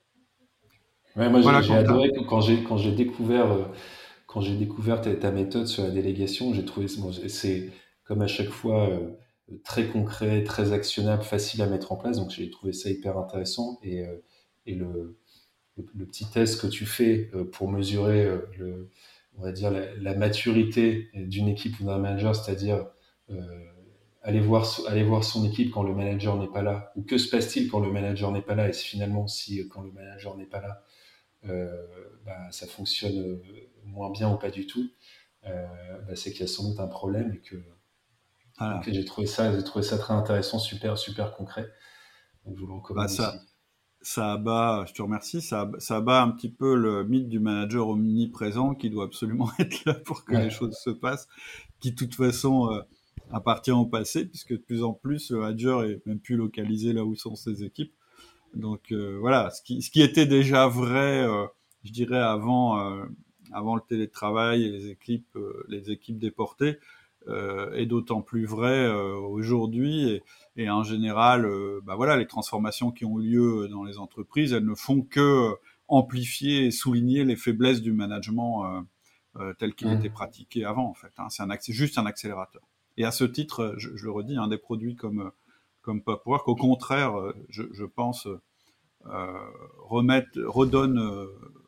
Speaker 2: Ouais, moi,
Speaker 1: Voilà,
Speaker 2: j'ai, j'ai
Speaker 1: Quentin.
Speaker 2: adoré que quand j'ai, quand j'ai découvert, euh, quand j'ai découvert ta, ta méthode sur la délégation, j'ai trouvé, bon, c'est comme à chaque fois euh, très concret, très actionnable, facile à mettre en place. Donc, j'ai trouvé ça hyper intéressant. Et, euh, et le, le, le petit test que tu fais euh, pour mesurer euh, le, on va dire la, la maturité d'une équipe ou d'un manager, c'est-à-dire euh, aller voir, aller voir son équipe quand le manager n'est pas là, ou que se passe-t-il quand le manager n'est pas là, et finalement si quand le manager n'est pas là, euh, bah, ça fonctionne euh, moins bien ou pas du tout, euh, bah, c'est qu'il y a sans doute un problème et que
Speaker 1: Voilà.
Speaker 2: donc, j'ai trouvé ça, j'ai trouvé ça très intéressant, super, super concret. Donc je vous le recommande
Speaker 1: Bah, ça,
Speaker 2: aussi.
Speaker 1: ça abat, je te remercie, ça, ça abat un petit peu le mythe du manager omniprésent qui doit absolument être là pour que
Speaker 2: Ouais.
Speaker 1: les choses se passent, qui de toute façon euh, appartient au passé, puisque de plus en plus le manager est même plus localisé là où sont ses équipes. Donc euh, voilà, ce qui, ce qui était déjà vrai, euh, je dirais avant, euh, avant le télétravail et les équipes, euh, les équipes déportées, euh, est d'autant plus vrai euh, aujourd'hui. Et, et en général, euh, bah voilà, les transformations qui ont eu lieu dans les entreprises, elles ne font que amplifier et souligner les faiblesses du management euh, euh, tel qu'il
Speaker 2: Mmh.
Speaker 1: était pratiqué avant. En fait, hein. C'est un, c'est juste un accélérateur. Et à ce titre, je, je le redis, un des produits comme comme Popwork, au contraire, je, je pense, euh, remettre, redonne euh,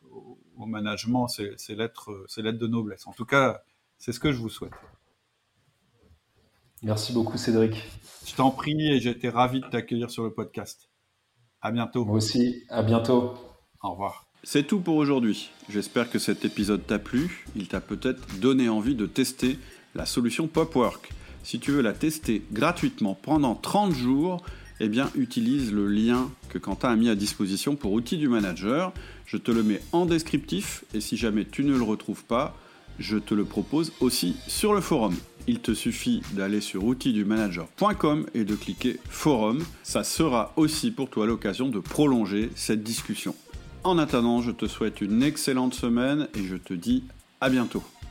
Speaker 1: au management ses, ses, lettres, ses lettres de noblesse. En tout cas, c'est ce que je vous souhaite.
Speaker 2: Merci beaucoup Cédric.
Speaker 1: Je t'en prie et j'ai été ravi de t'accueillir sur le podcast. À bientôt.
Speaker 2: Moi aussi, à bientôt.
Speaker 1: Au revoir.
Speaker 3: C'est tout pour aujourd'hui. J'espère que cet épisode t'a plu. Il t'a peut-être donné envie de tester la solution Popwork. Si tu veux la tester gratuitement pendant trente jours, eh bien, utilise le lien que Quentin a mis à disposition pour Outils du Manager. Je te le mets en descriptif et si jamais tu ne le retrouves pas, je te le propose aussi sur le forum. Il te suffit d'aller sur outils du manager point com et de cliquer forum. Ça sera aussi pour toi l'occasion de prolonger cette discussion. En attendant, je te souhaite une excellente semaine et je te dis à bientôt.